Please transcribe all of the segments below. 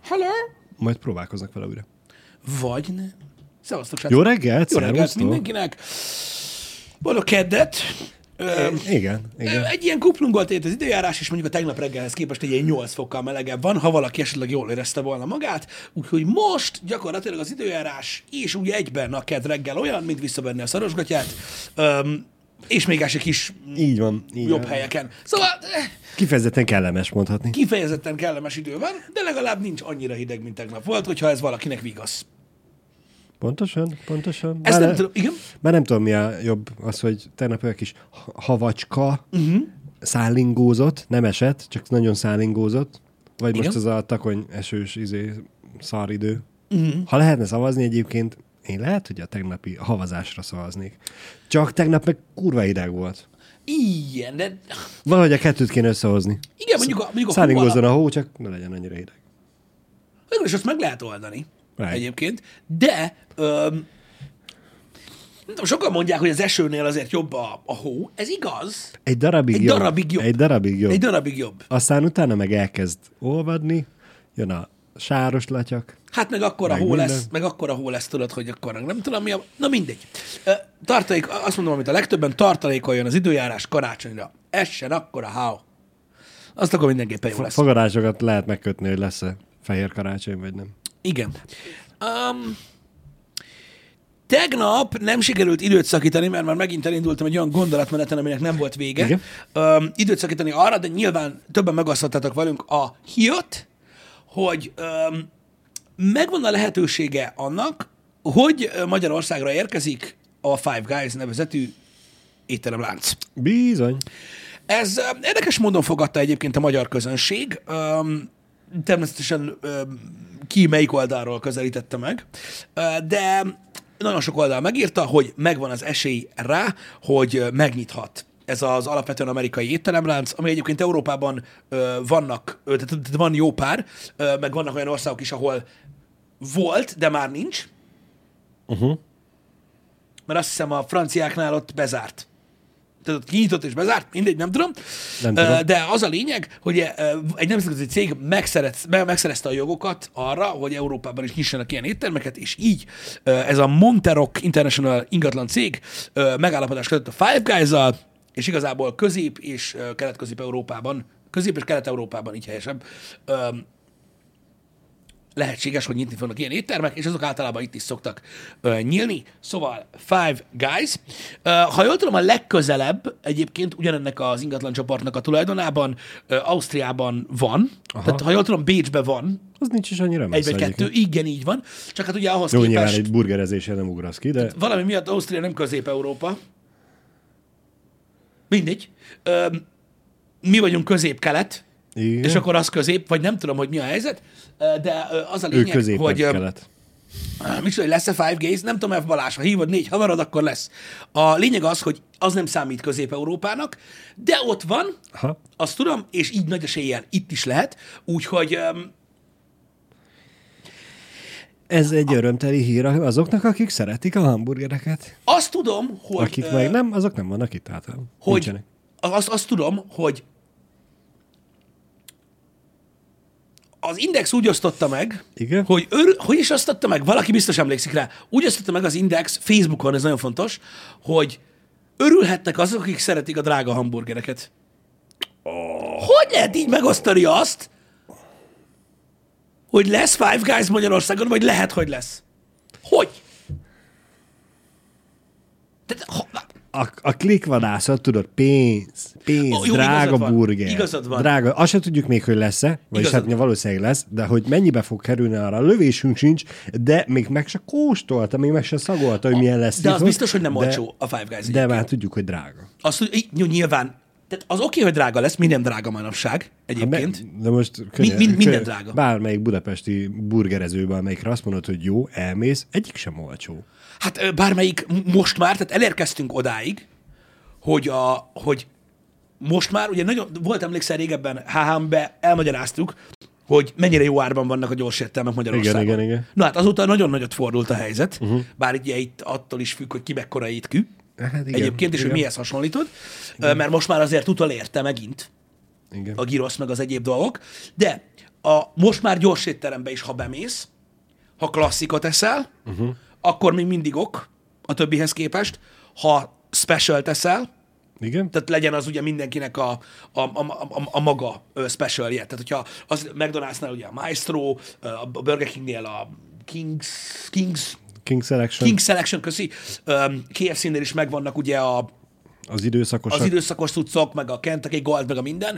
Hello? Majd próbálkoznak vele újra. Vagy ne. Szevasztok, srácok. Jó reggelt, Jó reggelt szervusztok. mindenkinek. Boldog keddet. Igen. Egy ilyen kuplungolt ért az időjárás, és mondjuk a tegnap reggelhez képest egy ilyen 8 fokkal melegebb van, ha valaki esetleg jól érezte volna magát. Úgyhogy most gyakorlatilag az időjárás és úgy egyben a kedd reggel olyan, mint visszavenni a szarosgatyát, és még egy kis Így van. jobb helyeken. Szóval Kifejezetten kellemes mondhatni. kifejezetten kellemes idő van, de legalább nincs annyira hideg, mint tegnap volt, hogyha ez valakinek vigasz. Pontosan. Ezt nem tudom, igen? Már nem tudom, mi a jobb az, hogy tegnap olyan kis havacska szállingózott, nem esett, csak nagyon szállingózott. Vagy Igen. most ez a takony esős szaridő. Ha lehetne szavazni egyébként, én lehet, hogy a tegnapi havazásra szavaznék. Csak tegnap meg kurva hideg volt. Igen, de Valahogy a kettőt kéne összehozni. igen, mondjuk a Szállingózzon a hó, csak ne legyen annyira hideg. végül is azt meg lehet oldani Right. egyébként, de nem tudom, sokan mondják, hogy az esőnél azért jobb a hó. Ez igaz. Egy darabig Egy jobb. darabig jobb. Egy darabig jobb. Egy darabig jobb. Aztán utána meg elkezd olvadni, jön a sáros latyak. Hát meg akkor a Meg hó minden. lesz, meg akkor a hó lesz, tudod, hogy akkor nem tudom mi a... Na mindegy. Azt mondom, amit a legtöbben tartalékoljon az időjárás karácsonyra. Essen akkor a hó. Azt akkor mindenképpen jó lesz. Fogadásokat lehet megkötni, hogy lesz-e fehér karácsony, vagy nem. Igen. Tegnap nem sikerült időt szakítani, mert már megint elindultam egy olyan gondolatmeneten, aminek nem volt vége. Igen. Időt szakítani arra, de nyilván többen megosztottatok velünk a hírt, hogy megvan a lehetősége annak, hogy Magyarországra érkezik a Five Guys nevezetű étteremlánc. Bizony. Ez érdekes módon fogadta egyébként a magyar közönség. Természetesen ki melyik oldalról közelítette meg, de nagyon sok oldal megírta, hogy megvan az esély rá, hogy megnyithat ez az alapvetően amerikai étteremlánc, ami egyébként Európában vannak, tehát van jó pár, meg vannak olyan országok is, ahol volt, de már nincs. Mert azt hiszem a franciáknál ott bezárt. Tehát ott kinyitott és bezárt, mindegy, nem tudom. Nem tudom. De az a lényeg, hogy egy nemzetközi cég megszerezte a jogokat arra, hogy Európában is nyissanak ilyen éttermeket, és így ez a Monterock International ingatlan cég megállapodást kötött a Five Guys-zal, és igazából Közép- és Kelet-Közép-Európában, Közép- és Kelet-Európában így helyesebb, lehetséges, hogy nyitni fognak ilyen éttermek, és azok általában itt is szoktak nyílni. Szóval Five Guys. Ha jól tudom, a legközelebb egyébként ugyanennek az ingatlan csoportnak a tulajdonában Ausztriában van. Aha. Tehát ha jól tudom, Bécsben van. Az nincs is annyira Egy messze. vagy kettő. egyébként. Igen, így van. Csak hát ugye ahhoz Jó, nyilván képest egy burgerezésre nem ugrasz ki, de valami miatt Ausztria nem Közép-Európa. Mindegy. Mi vagyunk közép-kelet, igen. és akkor az közép, vagy nem tudom, hogy mi a helyzet, de az a ő lényeg, középen hogy kelet. Micsoda, hogy lesz-e Five Guys? Nem tudom, F. Balázs, ha hívod 4 haverod, akkor lesz. A lényeg az, hogy az nem számít Közép-Európának, de ott van, Aha. azt tudom, és így nagy eséllyel itt is lehet, úgyhogy Ez egy örömteli hír azoknak, akik szeretik a hamburgereket. azt tudom, hogy... Akik meg nem, azok nem vannak itt általában. hogy Nincsenek. azt tudom, hogy az Index úgy osztotta meg, Igen? hogy is osztotta meg? Valaki biztos emlékszik rá. Úgy osztotta meg az Index, Facebookon, ez nagyon fontos, hogy örülhetnek azok, akik szeretik a drága hamburgereket. Hogy lehet így megosztani azt, hogy lesz Five Guys Magyarországon, vagy lehet, hogy lesz? Hogy? Tehát, A klikvadászat, tudod, pénz, Ó, jó, drága igazad van. burger. Igazad van. Drága, azt se tudjuk még, hogy lesz-e, vagyis Igazad hát valószínűleg lesz, de hogy mennyibe fog kerülni arra, a lövésünk sincs, de még meg se kóstolta, még meg se szagolta, hogy milyen lesz. de az itthon, biztos, hogy nem de- olcsó a Five Guys De egyébként. már tudjuk, hogy drága. Azt, jó, nyilván, tehát az oké, hogy drága lesz, minden drága manapság egyébként. De most Minden drága. Bármelyik budapesti burgerezőben, amelyikre azt mondod, hogy jó, elmész, egyik sem olcsó. Hát bármelyik most már, tehát elérkeztünk odáig, hogy most már, ugye nagyon, volt emlékszel régebben HHM-be elmagyaráztuk, hogy mennyire jó árban vannak a gyors értelmek Magyarországon. Igen. Na hát azóta nagyon nagyot fordult a helyzet, bár ugye itt attól is függ, hogy ki mekkora étkű. Hát igen, Egyébként, és hogy igen. mihez hasonlítod, mert most már azért utolérte megint Igen. a girosz meg az egyéb dolgok, de most már gyors étterembe is, ha bemész, ha klasszikot eszel, akkor még mindig ok a többihez képest. Ha special teszel, Igen? tehát legyen az ugye mindenkinek a maga specialje. Tehát hogyha az McDonald'snál ugye a Maestro, a Burger Kingnél a King Selection. King Selection, köszi. KFC-nél is megvannak ugye Az időszakosak. az időszakos cuccok, meg a Kentucky Gold, meg a minden.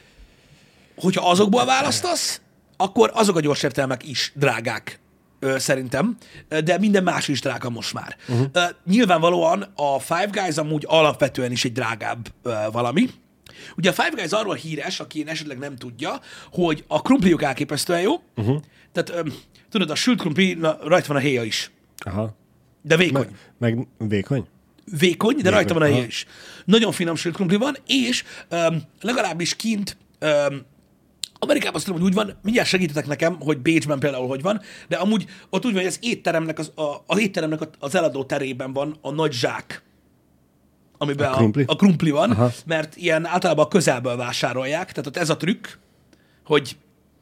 Hogyha azokból választasz, akkor azok a gyors értelmek is drágák, szerintem, de minden más is drága most már. Nyilvánvalóan a Five Guys amúgy alapvetően is egy drágább valami. Ugye a Five Guys arról híres, aki esetleg nem tudja, hogy a krumpliuk elképesztően jó. Tehát tudod, a sült krumpli, rajta van a héja is. Aha. De vékony. Meg vékony? Vékony, de rajta van a héja aha. is. Nagyon finom sült krumpli van, és legalábbis kint Amerikában azt tudom, hogy úgy van, mindjárt segítetek nekem, hogy Bécsben például hogy van, de amúgy ott úgy van, hogy az étteremnek az étteremnek az eladó terében van a nagy zsák, amiben a krumpli van, aha. Mert ilyen általában a közelből vásárolják, tehát ott ez a trükk, hogy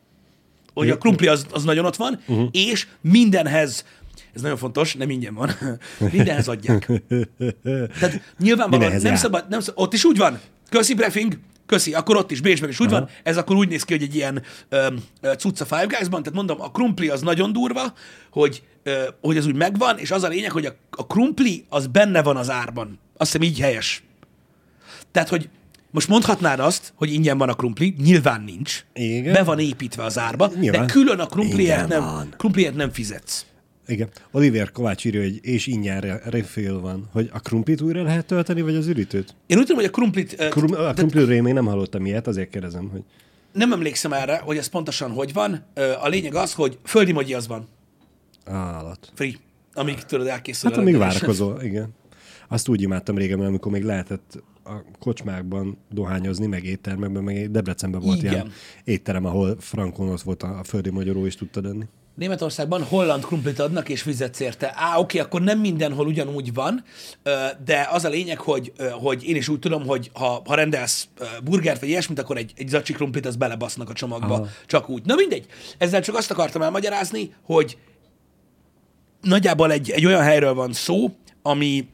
a krumpli az nagyon ott van, és mindenhez, ez nagyon fontos, nem ingyen van, mindenhez adják. Tehát nyilvánvalóan nem szabad, ott is úgy van, köszi briefing, köszi, akkor ott is, Bécsben is úgy van, ez akkor úgy néz ki, hogy egy ilyen cucca Five Guys-ban, tehát mondom, a krumpli az nagyon durva, hogy ez úgy megvan, és az a lényeg, hogy a krumpli az benne van az árban. Azt hiszem így helyes. Tehát, hogy most mondhatnád azt, hogy ingyen van a krumpli, nyilván nincs. Igen. Be van építve az árba, Nyilván. de külön a krumpliért nem fizetsz. Igen. Oliver Kovács írja, hogy és ingyen refill van, hogy a krumplit újra lehet tölteni, vagy az üdítőt? Én úgy tudom, hogy a krumplit... A krumpliről még nem hallottam ilyet, azért kérdezem, hogy... Nem emlékszem erre, hogy ez pontosan hogy van. A lényeg az, hogy földi mogyi az van. Állat. Free. Amíg tudod elkészül. Hát amíg várakozol, igen. Azt úgy imádtam régen, amikor még lehetett a kocsmákban dohányozni, meg éttermekben, meg Debrecenben volt igen. Ilyen étterem, ahol frankon ott volt a földi magyaró, is tudtad enni. Németországban holland krumplit adnak, és fizetsz érte. Oké, akkor nem mindenhol ugyanúgy van, de az a lényeg, hogy én is úgy tudom, hogy ha rendelsz burgert vagy ilyesmit, akkor egy zacsi krumplit az belebasznak a csomagba. Aha. Csak úgy. Na mindegy. Ezzel csak azt akartam elmagyarázni, hogy nagyjából egy olyan helyről van szó, ami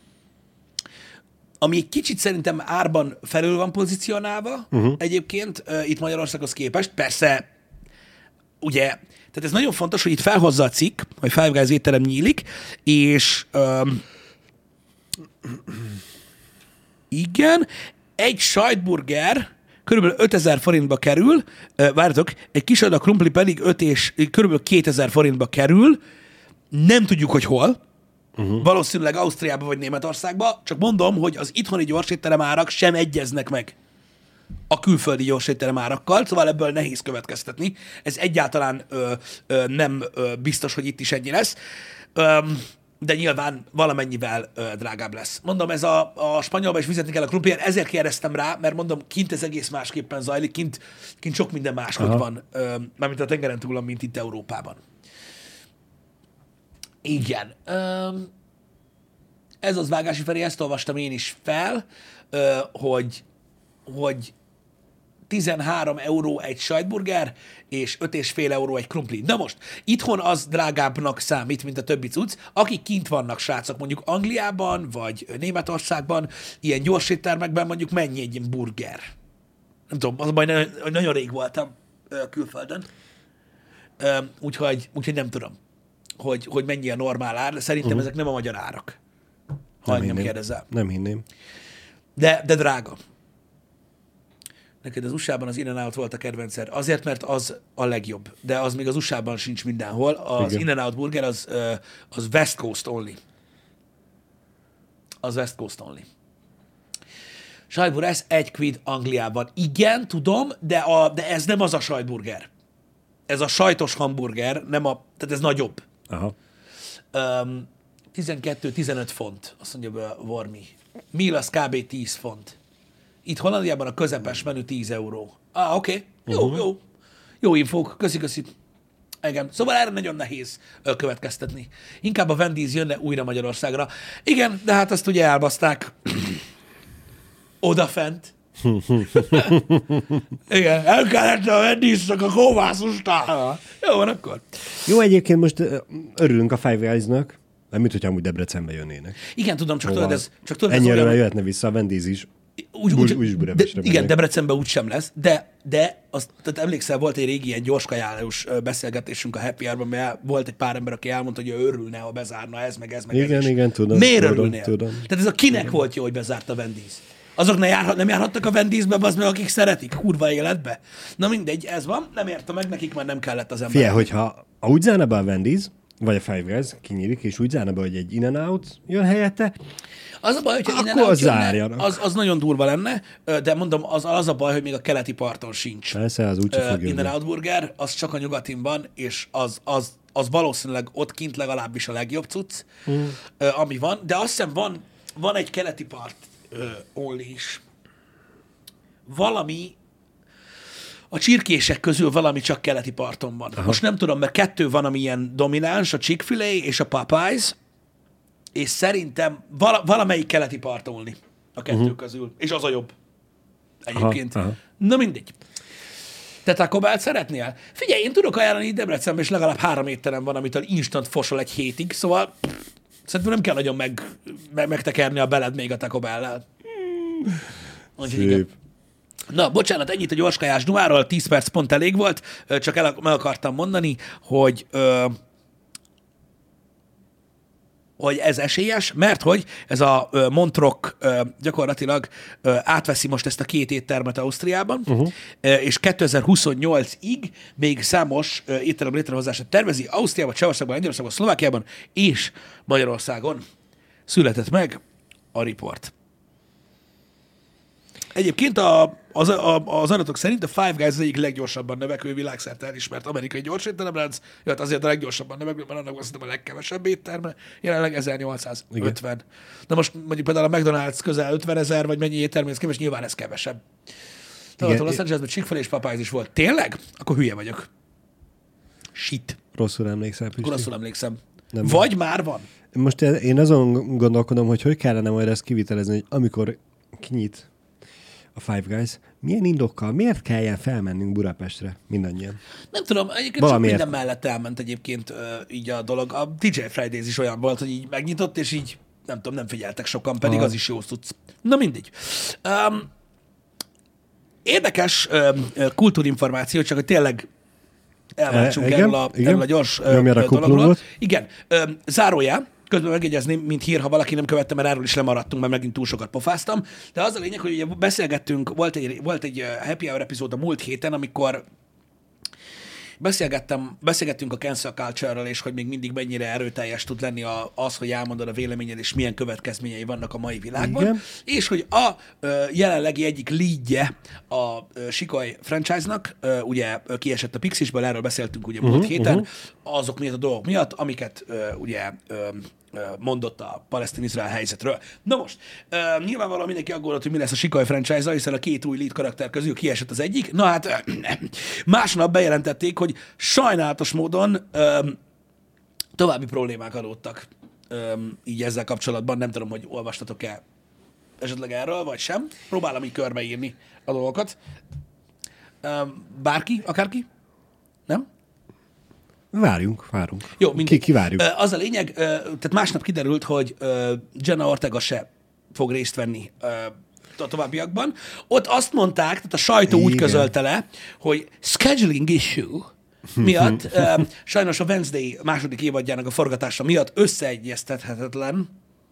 egy kicsit szerintem árban felül van pozícionálva egyébként itt Magyarországhoz képest. Persze, ugye, tehát ez nagyon fontos, hogy itt felhozza a cikk, hogy Five Guys étterem nyílik, és igen, egy sajtburger körülbelül 5000 forintba kerül, várjatok, egy kis adag krumpli pedig körülbelül 2000 forintba kerül, nem tudjuk, hogy hol, valószínűleg Ausztriába vagy Németországba, csak mondom, hogy az itthoni gyorsétterem árak sem egyeznek meg a külföldi gyorsétterem árakkal, szóval ebből nehéz következtetni. Ez egyáltalán nem biztos, hogy itt is ennyi lesz, de nyilván valamennyivel drágább lesz. Mondom, ez a spanyolban is fizetni kell a krumpliért, ezért kérdeztem rá, mert mondom, kint ez egész másképpen zajlik, kint sok minden máshogy van, mármint a tengeren túlon, mint itt Európában. Igen. Ez az Vágási Feri, ezt olvastam én is fel, hogy 13 euró egy sajtburger, és 5,5 euró egy krumpli. Na most, itthon az drágábbnak számít, mint a többi cucc. Akik kint vannak, srácok, mondjuk Angliában, vagy Németországban, ilyen gyors éttermekben mondjuk mennyi egy ilyen burger? Nem tudom, az baj, nagyon rég voltam külföldön. Úgyhogy nem tudom, hogy mennyi a normál ár, de szerintem ezek nem a magyar árak. Ha engem kérdezel. Nem hinném. De drága. Neked az USA-ban az In-N-Out volt a kedvencszer. Azért, mert az a legjobb. De az még az USA-ban sincs mindenhol. Az In-N-Out burger az West Coast only. Az West Coast only. Sajtburger, ez 1 quid Angliában. Igen, tudom, de ez nem az a sajtburger. Ez a sajtos hamburger, tehát ez nagyobb. Aha. 12-15 font, azt mondja Vormi. Meal az kb. 10 font. Itt Hollandiában a közepes menü 10 euró. Oké. Jó. Jó infók. Köszi. Igen. Szóval erre nagyon nehéz következtetni. Inkább a Wendy's jönne újra Magyarországra. Igen, de hát azt ugye elbaszták odafent. Igen, el kellett a Wendy's-nak a kovászostára. Jó van akkor. Jó, egyébként most örülünk a Five Guys-nak, nem mint, hogy amúgy Debrecenbe jönnének. Igen, tudom, csak tudod, ez Ennyire olyan, jöhetne vissza a Wendy's is. úgy igen, Debrecenben úgy sem lesz, de tehát emlékszel, volt egy régi ilyen gyors kajálós beszélgetésünk a Happy Hour-ban, mert volt egy pár ember, aki elmondta, hogy ő örülne, ha bezárna ez, meg ez, meg igen, ez. Igen, tudom. Miért örülnél? Tudom. Tehát ez a kinek volt jó, hogy bezárt a Wendy's? Azok nem járhattak a Wendy's-be, az meg akik szeretik, kurva életbe. Na mindegy, ez van, nem érte meg, nekik már nem kellett az ember. Figyelj, hogyha úgy zárna be a Wendy's, vagy a Five Guys kinyílik, és úgy zárna be, hogy egy In-N-Out jön helyette, az a baj, hogyha akkor zárjanak. Az nagyon durva lenne, de mondom, az a baj, hogy még a keleti parton sincs. Persze, az úgyse fog jönni. In-N-Out burger, az csak a nyugatin van, és az valószínűleg ott kint legalábbis a legjobb cucc, ami van, de azt hiszem van egy keleti part only is. Valami a csirkések közül valami csak keleti parton van. Aha. Most nem tudom, mert 2 van, ami ilyen domináns, a Chick-fil-A és a Popeyes, és szerintem valamelyik keleti parton a 2 közül. És az a jobb. Egyébként. Aha. Na mindegy. Te Taco Bell-t szeretnél? Figyelj, én tudok ajánlani itt Debrecenben, és legalább 3 étterem van, amitől instant fosol egy hétig, szóval szerintem nem kell nagyon megtekerni a beled még a Taco Bell-lel. Szép. Na, bocsánat, ennyit a gyorskajás dumáról, 10 perc pont elég volt, csak meg akartam mondani, hogy ez esélyes, mert hogy ez a Montrock gyakorlatilag átveszi most ezt a 2 éttermet Ausztriában, és 2028-ig még számos étterem létrehozását tervezi Ausztriában, Csehországban, Lengyelországban, Szlovákiában és Magyarországon. Született meg a riport. Egyébként az adatok szerint a Five Guys az egyik leggyorsabban növekvő világszerte elismert amerikai gyorsétteremlánc, hát azért a leggyorsabban növekvő, mert annak azt a legkevesebb étterme, jelenleg 1850. Igen. Na most mondjuk például a McDonald's közel 50 000, vagy mennyi étterméhez képest, nyilván ez kevesebb. Tehát Los Angelesben Chick-fil-A és Popeyes is volt. Tényleg? Akkor hülye vagyok. Shit. Rosszul emlékszel, Pisti? Rosszul emlékszem. Nem vagy már van? Most én azon gondolkodom, hogy kellene majd ezt kivitelezni, hogy amikor kinyit a Five Guys, milyen indokkal, miért kelljen felmennünk Budapestre mindannyian? Nem tudom, egyébként sok minden mellett elment egyébként így a dolog. A TGI Fridays is olyan volt, hogy így megnyitott, és így nem tudom, nem figyeltek sokan, pedig az is jó tudsz. Na mindegy. Érdekes kultúrinformáció, csak hogy tényleg elváltsunk erről a gyors dologról. Igen, zárójel, közben megjegyezném, mint hír, ha valaki nem követte, mert erről is lemaradtunk, mert megint túl sokat pofáztam. De az a lényeg, hogy ugye beszélgettünk, volt egy Happy Hour epizód a múlt héten, amikor beszélgettünk a cancel culture-ről, és hogy még mindig mennyire erőteljes tud lenni az, hogy elmondod a véleményed, és milyen következményei vannak a mai világban. Igen. És hogy a jelenlegi egyik leadje a Sikoly franchise-nak, ugye kiesett a Pixisből, erről beszéltünk ugye múlt héten, azok miatt a dolgok miatt, amiket ugye mondott a palesztin-izrael helyzetről. Na most, nyilvánvalóan mindenki aggódott, hogy mi lesz a Sikoly franchise-a, hiszen a 2 új lead karakter közül kiesett az egyik. Na hát, másnap bejelentették, hogy sajnálatos módon további problémák adódtak így ezzel kapcsolatban. Nem tudom, hogy olvastatok-e esetleg erről, vagy sem. Próbálom így körbeírni a dolgokat. Bárki? Akárki? Nem? Várjunk. Jó, kivárjuk. Az a lényeg, tehát másnap kiderült, hogy Jenna Ortega se fog részt venni a továbbiakban. Ott azt mondták, tehát a sajtó úgy közölte le, hogy scheduling issue miatt, sajnos a Wednesday második évadjának a forgatása miatt összeegyeztethetetlen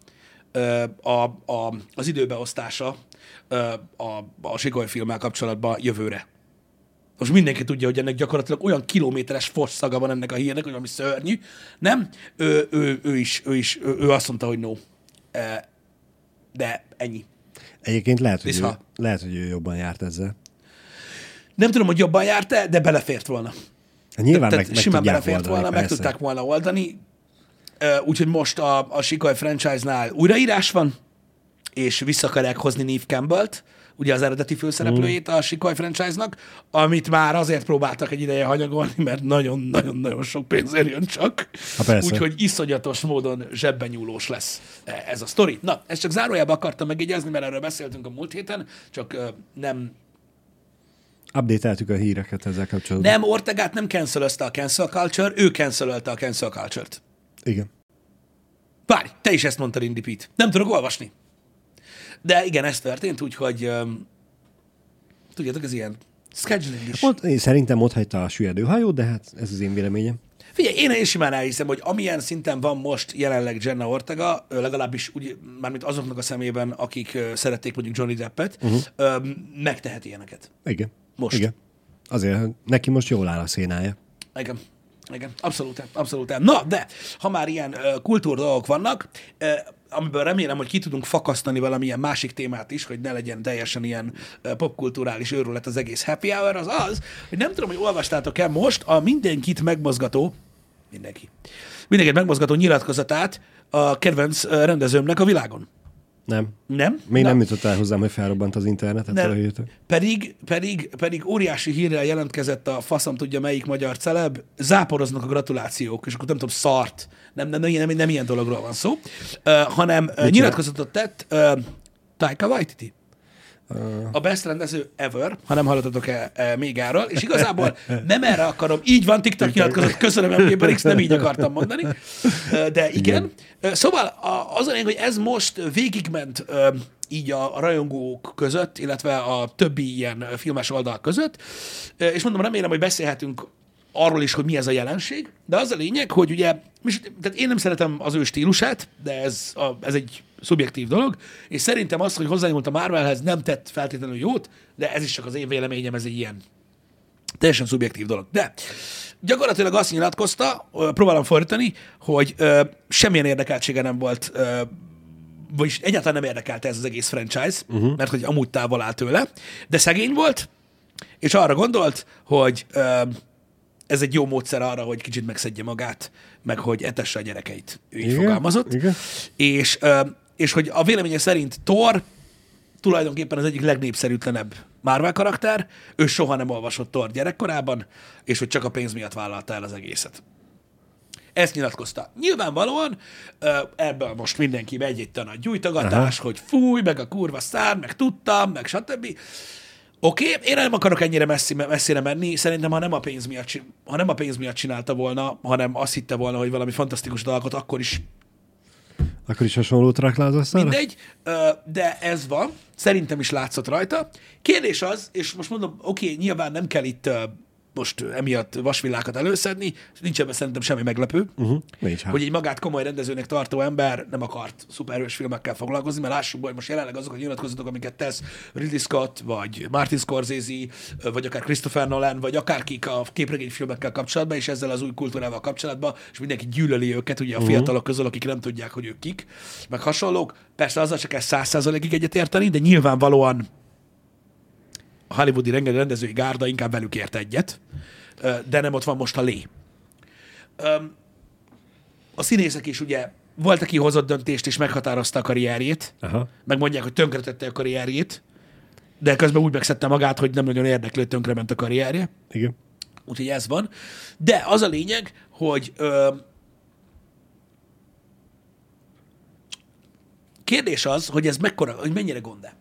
az időbeosztása a Sikoly filmmel kapcsolatban jövőre. Most mindenki tudja, hogy ennek gyakorlatilag olyan kilométeres fosszaga van ennek a hírnek, hogy ami szörnyű. Nem? Ő azt mondta, hogy no. De ennyi. Egyébként lehet, hogy ő jobban járt ezzel. Nem tudom, hogy jobban járt-e, de belefért volna. Nyilván meg simán belefért volna, meg tudták volna oldani. Úgyhogy most a Sikoly franchise-nál újraírás van, és vissza akarják hozni Neve Campbell-t, ugye az eredeti főszereplőjét a Sikoly franchise-nak, amit már azért próbáltak egy ideje hanyagolni, mert nagyon-nagyon-nagyon sok pénzért jön csak. Úgyhogy iszonyatos módon zsebben nyúlós lesz ez a sztori. Na, ezt csak zárójában akartam megjegyezni, mert erről beszéltünk a múlt héten, csak nem... Update-eltük a híreket ezzel kapcsolatban. Nem, Ortegát nem cancelözte a cancel culture, ő cancelölte a cancel culture-t. Igen. Várj, te is ezt mondtad, Indy Pete. Nem tudok olvasni. De igen, ez történt, úgyhogy tudjátok, ez ilyen scheduling is. Szerintem ott hagyta a süllyedő hajót, de hát ez az én véleményem. Figyelj, én simán elhiszem, hogy amilyen szinten van most jelenleg Jenna Ortega, legalábbis úgy, mármint azoknak a szemében, akik szerették mondjuk Johnny Deppet, megtehet ilyeneket. Igen. Most. Igen. Azért neki most jól áll a szénája. Igen. Igen, abszolút. Na, de ha már ilyen kultúr dolgok vannak, amiből remélem, hogy ki tudunk fakasztani valamilyen másik témát is, hogy ne legyen teljesen ilyen popkulturális őrület az egész happy hour, az, hogy nem tudom, hogy olvastátok-e most a mindenkit megmozgató nyilatkozatát a kedvenc rendezőmnek a világon. Nem? Még nem jutott el hozzám, hogy felrobbant az internetet. Nem. Pedig óriási hírrel jelentkezett a faszom tudja melyik magyar celeb, záporoznak a gratulációk, és akkor nem tudom, szart. Nem ilyen dologról van szó, hanem nyilatkozatot tett Taika Waititi. A best rendező ever, ha nem hallottatok-e még erről, és igazából nem erre akarom, így van, TikTok nyilatkozott, köszönöm MGBRX, nem így akartam mondani, de igen. Szóval az a lényeg, hogy ez most végigment így a rajongók között, illetve a többi ilyen filmes oldal között, és mondom, remélem, hogy beszélhetünk arról is, hogy mi ez a jelenség, de az a lényeg, hogy ugye, tehát én nem szeretem az ő stílusát, de ez egy szubjektív dolog, és szerintem az, hogy hozzányúlt a Marvelhez, nem tett feltétlenül jót, de ez is csak az én véleményem, ez egy ilyen teljesen szubjektív dolog. De gyakorlatilag azt nyilatkozta, próbálom fordítani, hogy semmilyen érdekeltsége nem volt, vagyis egyáltalán nem érdekelte ez az egész franchise, mert hogy amúgy távol áll tőle, de szegény volt, és arra gondolt, hogy ez egy jó módszer arra, hogy kicsit megszedje magát, meg hogy etesse a gyerekeit. Ő így fogalmazott. Igen. És hogy a véleménye szerint Thor tulajdonképpen az egyik legnépszerűtlenebb Marvel karakter, ő soha nem olvasott Thor gyerekkorában, és hogy csak a pénz miatt vállalta el az egészet. Ezt nyilatkozta. Nyilvánvalóan ebből most mindenki megy egy nagy gyújtogatás, hogy fúj, meg a kurva szár, meg tudtam, meg stb. Oké, én nem akarok ennyire messzire menni, szerintem ha nem a pénz miatt csinálta volna, hanem azt hitte volna, hogy valami fantasztikus dolgot, akkor is hasonlót rak le az asztalra? Mindegy, de ez van, szerintem is látszott rajta. Kérdés az, és most mondom, oké, nyilván nem kell itt most emiatt vasvillákat előszedni, nincs ebben szerintem semmi meglepő, hogy egy magát komoly rendezőnek tartó ember nem akart szuperhős filmekkel foglalkozni, mert lássuk, hogy most jelenleg azok a nyilatkozatok, amiket tesz Ridley Scott, vagy Martin Scorsese, vagy akár Christopher Nolan, vagy akárkik a képregényfilmekkel kapcsolatban, és ezzel az új kultúrával kapcsolatban, és mindenki gyűlöli őket, ugye a fiatalok közül, akik nem tudják, hogy ők kik, meg hasonlók. Persze azzal csak kell 100%-ig egyetérteni, de nyilvánvalóan a hollywoodi rendezői gárda inkább velük ért egyet, de nem ott van most a lé. A színészek is ugye volt, aki hozott döntést és meghatározta a karrierjét, megmondják, hogy tönkretette a karrierjét, de közben úgy megszedte magát, hogy nem nagyon érdeklő, tönkrement a karrierje. Igen. Úgyhogy ez van. De az a lényeg, hogy kérdés az, hogy ez hogy mennyire gond-e.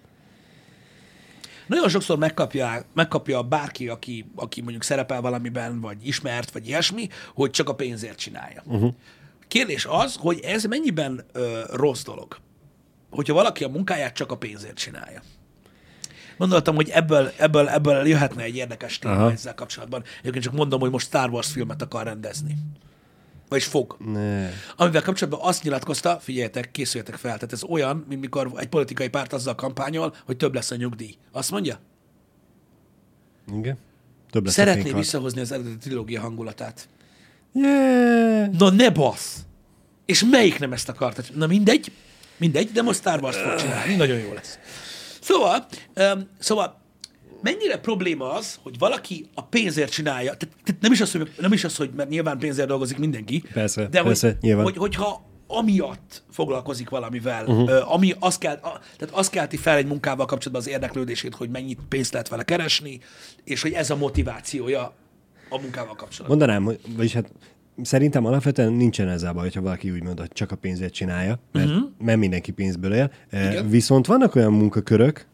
Nagyon sokszor megkapja bárki, aki mondjuk szerepel valamiben, vagy ismert, vagy ilyesmi, hogy csak a pénzért csinálja. Kérdés az, hogy ez mennyiben rossz dolog, hogyha valaki a munkáját csak a pénzért csinálja. Gondoltam, hogy ebből jöhetne egy érdekes téma ezzel kapcsolatban. Egyébként csak mondom, hogy most Star Wars filmet akar rendezni. Vagyis fog. Ne. Amivel kapcsolatban azt nyilatkozta, figyeljetek, készüljetek fel, tehát ez olyan, mint mikor egy politikai párt azzal kampányol, hogy több lesz a nyugdíj. Azt mondja? Igen. Több lesz. Szeretné visszahozni az eredeti trilógia hangulatát. Yeah. Na ne bassz! És melyik nem ezt akarta? Na mindegy, de most Star Wars fog csinálni, nagyon jó lesz. Szóval mennyire probléma az, hogy valaki a pénzért csinálja, tehát nem is az, hogy mert nyilván pénzért dolgozik mindenki, persze, de persze, hogyha amiatt foglalkozik valamivel, ami tehát azt kelti fel egy munkával kapcsolatban az érdeklődését, hogy mennyit pénzt lehet vele keresni, és hogy ez a motivációja a munkával kapcsolatban. Mondanám, vagyis hát szerintem alapvetően nincsen ezzel baj, hogyha valaki úgy mondja, hogy csak a pénzért csinálja, mert mindenki pénzből él. Viszont vannak olyan munkakörök,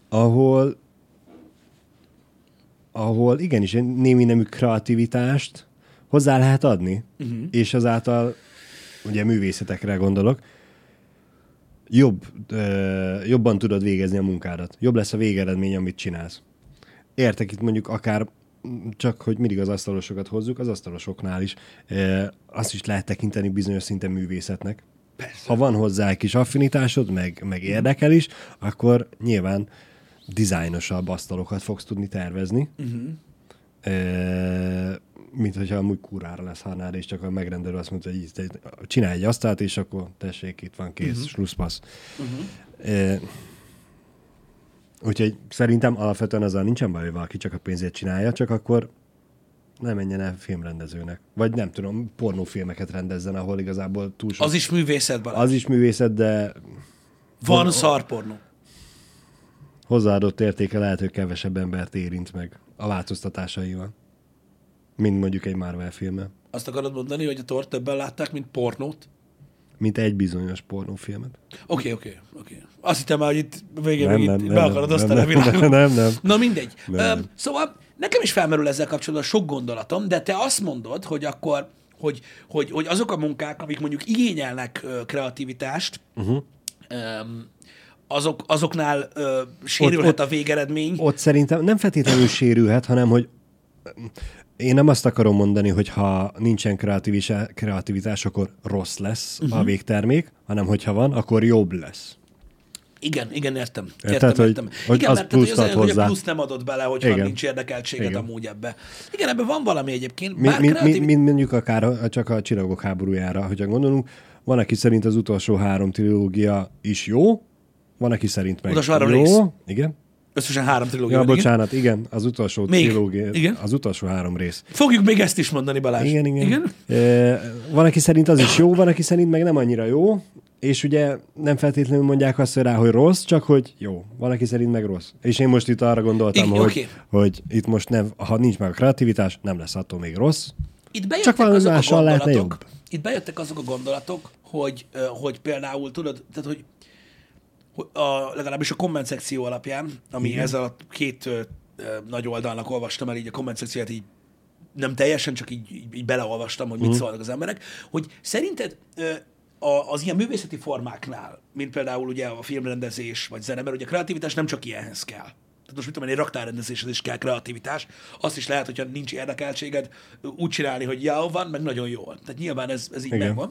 ahol igenis némi nemű kreativitást hozzá lehet adni, és azáltal, ugye művészetekre gondolok, jobban tudod végezni a munkádat. Jobb lesz a végeredmény, amit csinálsz. Értek itt mondjuk akár csak, hogy mindig az asztalosokat hozzuk, az asztalosoknál is. Azt is lehet tekinteni bizonyos szinten művészetnek. Persze. Ha van hozzá egy kis affinitásod, meg érdekel is, akkor nyilván dizájnosabb asztalokat fogsz tudni tervezni. Mint hogyha amúgy kurvára lesz Harnád, és csak a megrendelő azt mondta, hogy csinálj egy asztalt, és akkor tessék, itt van kész, slusszpassz. Úgyhogy szerintem alapvetően azzal nincsen baj, hogy valaki csak a pénzért csinálja, csak akkor nem menjen el filmrendezőnek. Vagy nem tudom, pornófilmeket rendezzen, ahol igazából túl sok... Az is művészet, Balázs. Az is művészet, de... Van szarpornó. Hozzáadott értéke lehet, hogy kevesebb embert érint meg a változtatásaival. Mint mondjuk egy Marvel filmmel. Azt akarod mondani, hogy a Thor többen látták, mint pornót? Mint egy bizonyos pornófilmet. Oké. Azt hittem már, hogy itt végén be akarod osztani a világot. Nem. Na mindegy. Szóval nekem is felmerül ezzel kapcsolatban sok gondolatom, de te azt mondod, hogy akkor, hogy azok a munkák, amik mondjuk igényelnek kreativitást, azoknál sérülhet a végeredmény. Ott szerintem nem feltétlenül sérülhet, hanem hogy én nem azt akarom mondani, hogy ha nincsen kreativitás, akkor rossz lesz a végtermék, hanem hogyha van, akkor jobb lesz. Igen, értem. Hogy igen, az mert pluszt ad hogy a hozzá. plusz nem adott bele, hogyha Igen. nincs érdekeltséged Igen. amúgy ebbe. Igen, ebben van valami egyébként. Mint mondjuk akár csak a Csillagok háborújára, hogyha gondolunk, van, aki szerint az utolsó 3 trilógia is jó, van, aki szerint meg utolsó 3 jó. rész. Igen. Összesen 3 trilógia. Ja, bocsánat, igen, az utolsó trilógia, igen. az utolsó 3 rész. Fogjuk még ezt is mondani, Balázs. Igen. Van, aki szerint az is jó, van, aki szerint meg nem annyira jó, és ugye nem feltétlenül mondják azt rá, hogy rossz, csak hogy jó. Van, aki szerint meg rossz. És én most itt arra gondoltam, hogy itt most nem, ha nincs meg a kreativitás, nem lesz attól még rossz. Csak valami mással lehetne jobb. Itt bejöttek azok a gondolatok, hogy például tudod, tehát hogy legalábbis a komment szekció alapján, ami ezzel a 2 nagy oldalnak olvastam el, így a komment szekciót így nem teljesen, csak így beleolvastam, hogy mit szólnak az emberek, hogy szerinted az ilyen művészeti formáknál, mint például ugye a filmrendezés vagy zene, mert ugye a kreativitás nem csak ilyenhez kell. Tehát most mit tudom, egy raktárrendezéshez is kell kreativitás. Azt is lehet, hogyha nincs érdekeltséged, úgy csinálni, hogy jó van, meg nagyon jól. Tehát nyilván ez így megvan.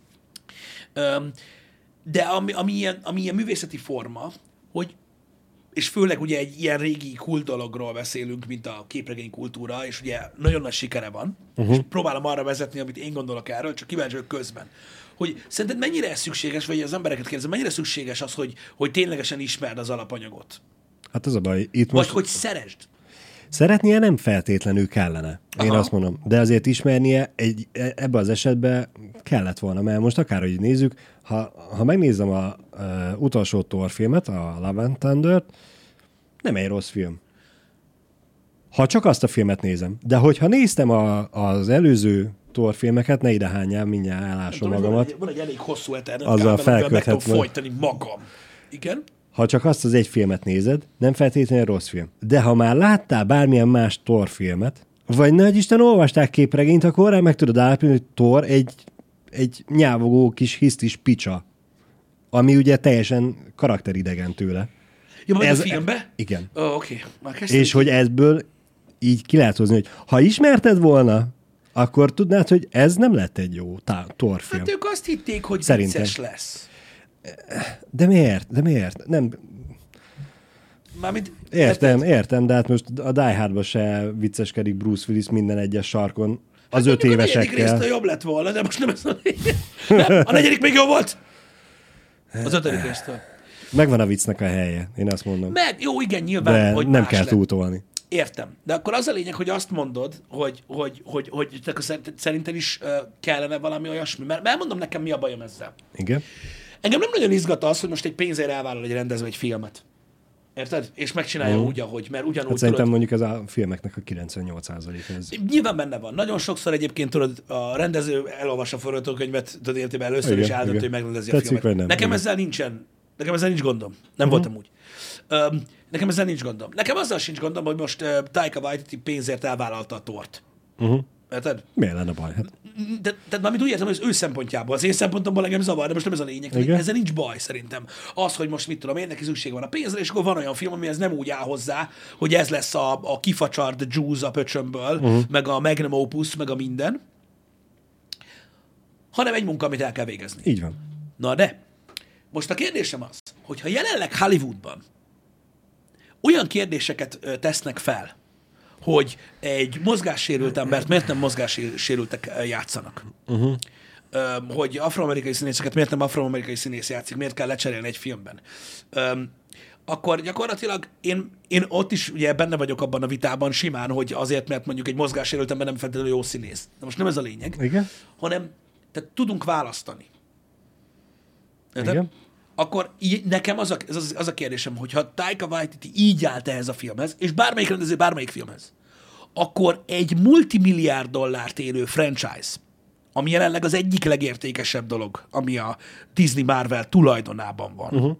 De ami ilyen művészeti forma, hogy, és főleg ugye egy ilyen régi kult dologról beszélünk, mint a képregény kultúra, és ugye nagyon nagy sikere van, és próbálom arra vezetni, amit én gondolok erről, csak kíváncsi vagyok közben. Hogy szerinted mennyire szükséges, vagy az embereket kérdezem, mennyire szükséges az, hogy ténylegesen ismerd az alapanyagot? Hát az a baj. Itt vagy hogy szeresd? Szeretnie nem feltétlenül kellene. Én azt mondom. De azért ismernie ebben az esetben kellett volna, mert most akárhogy nézzük, ha megnézem az utolsó Thor filmet, a Love and Thunder-t, nem egy rossz film. Ha csak azt a filmet nézem. De hogyha néztem az előző Thor filmeket, ne idehányjál, mindjárt elásom magamat. Van egy elég hosszú Eternal azzal amivel meg tudom folytani magam. Igen? Ha csak azt az egy filmet nézed, nem feltétlenül rossz film. De ha már láttál bármilyen más Thor filmet, vagy nagy Isten olvasták képregényt, akkor rá meg tudod állapítani, hogy Thor egy nyávogó kis hisztis picsa, ami ugye teljesen karakteridegen tőle. Ja, majd a filmbe? Igen. Oké. És hogy ebből így ki lehet hozni, hogy ha ismerted volna, akkor tudnád, hogy ez nem lett egy jó Thor film. Hát ők azt hitték, hogy vicces lesz. De miért? Nem... Mármint... Értem, de hát most a Die Hardban se vicceskedik Bruce Willis minden egyes sarkon az 5 évesekkel. A 4. résztől jobb lett volna, de most nem ez a 4. A 4. még jó volt? Az 5. résztől. Megvan a viccnek a helye, én azt mondom. Jó, igen, nyilván, de hogy nem kell túltolni. Értem. De akkor az a lényeg, hogy azt mondod, hogy szerinted is kellene valami olyasmi. Mert elmondom nekem, mi a bajom ezzel. Igen. Engem nem nagyon izgat az, hogy most egy pénzért elvállal egy rendező egy filmet. Érted? És megcsinálja úgy, ahogy, mert ugyanúgy hát szerintem mondjuk ez a filmeknek a 98% ez. Nyilván benne van. Nagyon sokszor egyébként tudod, a rendező elolvassa a forgatókönyvet, tudod, értében először is eldöntő, hogy megrendezi a filmet. Nekem ezzel nincs gondom. Nem voltam úgy. Nekem ezzel nincs gondom. Nekem azzal sincs gondom, hogy most Taika Waititi pénzért elvállalta a Thort. Érted? Miért lenne baj? Hát. Tehát mármint úgy értem, hogy az ő szempontjából, az én szempontomból engem zavar, de most nem ez a lényeg. Ezzel nincs baj szerintem. Az, hogy most mit tudom én, neki szükség van a pénzre, és akkor van olyan film, ami ez nem úgy áll hozzá, hogy ez lesz a kifacsart Juice a pöcsömből, meg a Magnum Opus, meg a minden, hanem egy munka, amit el kell végezni. Így van. Na de, most a kérdésem az, hogyha jelenleg Hollywoodban olyan kérdéseket tesznek fel, hogy egy mozgássérült embert miért nem mozgássérültek játszanak. Hogy afroamerikai színészeket miért nem afroamerikai színész játszik, miért kell lecserélni egy filmben. Akkor gyakorlatilag én ott is ugye benne vagyok abban a vitában simán, hogy azért, mert mondjuk egy mozgássérült ember nem feltétlenül jó színész. De most nem ez a lényeg, igen? hanem tehát tudunk választani. Igen. Akkor nekem az a kérdésem, hogyha Taika Waititi így állt ehhez a filmhez, és bármelyik rendező bármelyik filmhez, akkor egy multimilliárd dollárt érő franchise, ami jelenleg az egyik legértékesebb dolog, ami a Disney Marvel tulajdonában van,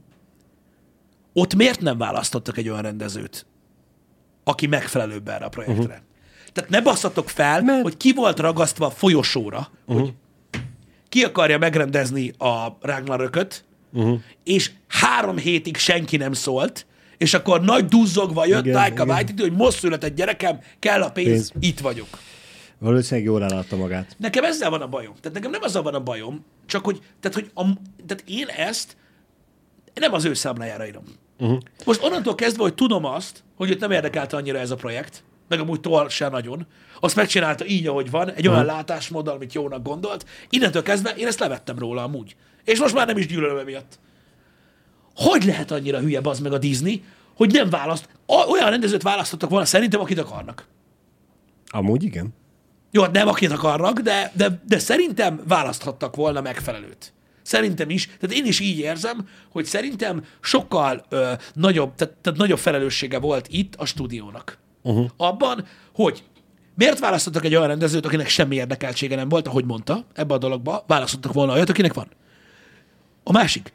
ott miért nem választottak egy olyan rendezőt, aki megfelelőbb erre a projektre? Tehát ne basszatok fel, hogy ki volt ragasztva a folyosóra, hogy ki akarja megrendezni a Ragnarököt, és 3 hétig senki nem szólt, és akkor nagy duzzogva jött Taika Waititi, hogy most született gyerekem, kell a pénz, itt vagyok. Valószínűleg jól eladta magát. Nekem ezzel van a bajom. Tehát nekem nem azzal van a bajom, csak hogy tehát én ezt nem az ő számlájára írom. Most onnantól kezdve, hogy tudom azt, hogy őt nem érdekelte annyira ez a projekt, meg amúgy Thor se nagyon, azt megcsinálta így, ahogy van, egy olyan látásmóddal, amit jónak gondolt, innentől kezdve én ezt levettem róla amúgy. És most már nem is gyűlölöm emiatt. Hogy lehet annyira hülye bazd meg a Disney, hogy nem választ, olyan rendezőt választottak volna szerintem, akit akarnak. Amúgy igen. Jó, nem akit akarnak, de szerintem választhattak volna megfelelőt. Szerintem is. Tehát én is így érzem, hogy szerintem sokkal nagyobb, tehát nagyobb felelőssége volt itt a stúdiónak. Abban, hogy miért választottak egy olyan rendezőt, akinek semmi érdekeltsége nem volt, ahogy mondta, ebbe a dologba, választottak volna olyat, akinek van. A másik.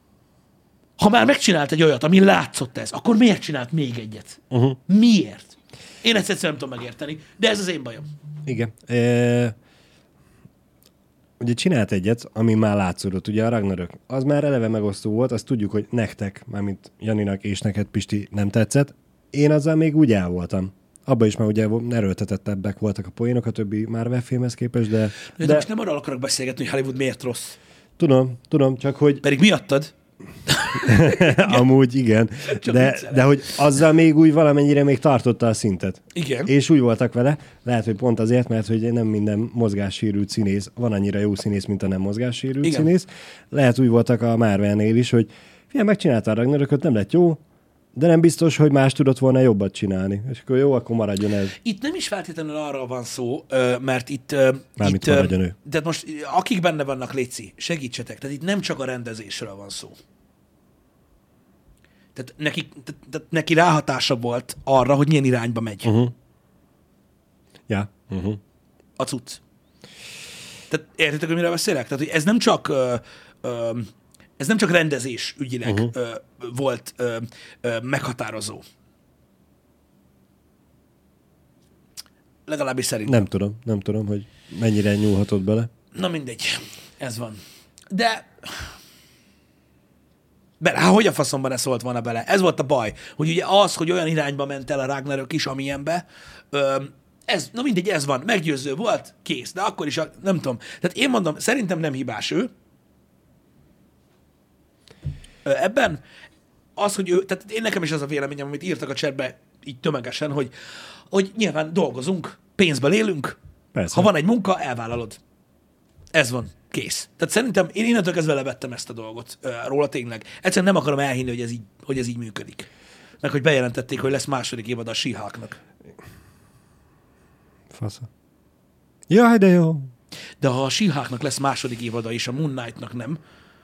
Ha már megcsinált egy olyat, ami látszott ez, akkor miért csinált még egyet? Miért? Én ezt egyszerűen nem tudom megérteni, de ez az én bajom. Igen. Ugye csinált egyet, ami már látszódott, ugye a Ragnarök. Az már eleve megosztó volt, azt tudjuk, hogy nektek, mármint Janinak és neked, Pisti, nem tetszett. Én azzal még úgy el voltam. Abban is már ugye erőltetettebbek voltak a poénok a többi Marvel filmhez képest, de most nem arról akarok beszélgetni, hogy Hollywood miért rossz. Tudom, csak hogy... Pedig miattad? Amúgy igen, de hogy azzal még úgy valamennyire még tartotta a szintet. Igen. És úgy voltak vele, lehet, hogy pont azért, mert hogy nem minden mozgássérült színész van annyira jó színész, mint a nem mozgássérült színész. Lehet úgy voltak a Marvelnél is, hogy figyelj, megcsinálta a Ragnarököt, nem lett jó, de nem biztos, hogy más tudott volna jobbat csinálni. És akkor jó, akkor maradjon ez. Itt nem is feltétlenül arról van szó, mert itt... Mármint maradjon ő. Tehát most akik benne vannak, léci, segítsetek. Tehát itt nem csak a rendezésről van szó. Tehát neki ráhatása volt arra, hogy milyen irányba megy. Ja. A cucc. Tehát értitek, hogy mire beszélek? Tehát, hogy ez nem csak rendezés ügyileg volt meghatározó. Legalábbis szerintem. Nem tudom, hogy mennyire nyúlhatott bele. Na mindegy, ez van. De hogy a faszomban ne szólt volna bele? Ez volt a baj, hogy ugye az, hogy olyan irányba ment el a Ragnarök is, amilyenbe, na mindegy, ez van. Meggyőző volt, kész. De akkor is, nem tudom. Tehát én mondom, szerintem nem hibás ő. Ebben az, hogy ő, tehát én nekem is az a véleményem, amit írtak a chatbe így tömegesen, hogy nyilván dolgozunk, pénzből élünk, persze. Ha van egy munka, elvállalod. Ez van, kész. Tehát szerintem én innentől kezdve levettem ezt a dolgot róla tényleg. Egyszerűen nem akarom elhinni, hogy ez így működik. meg hogy bejelentették, hogy lesz második évad a She-Hulknak. Fasza. Jaj, de jó. De ha a She-Hulknak lesz második évada, és a Moon Knight-nak nem,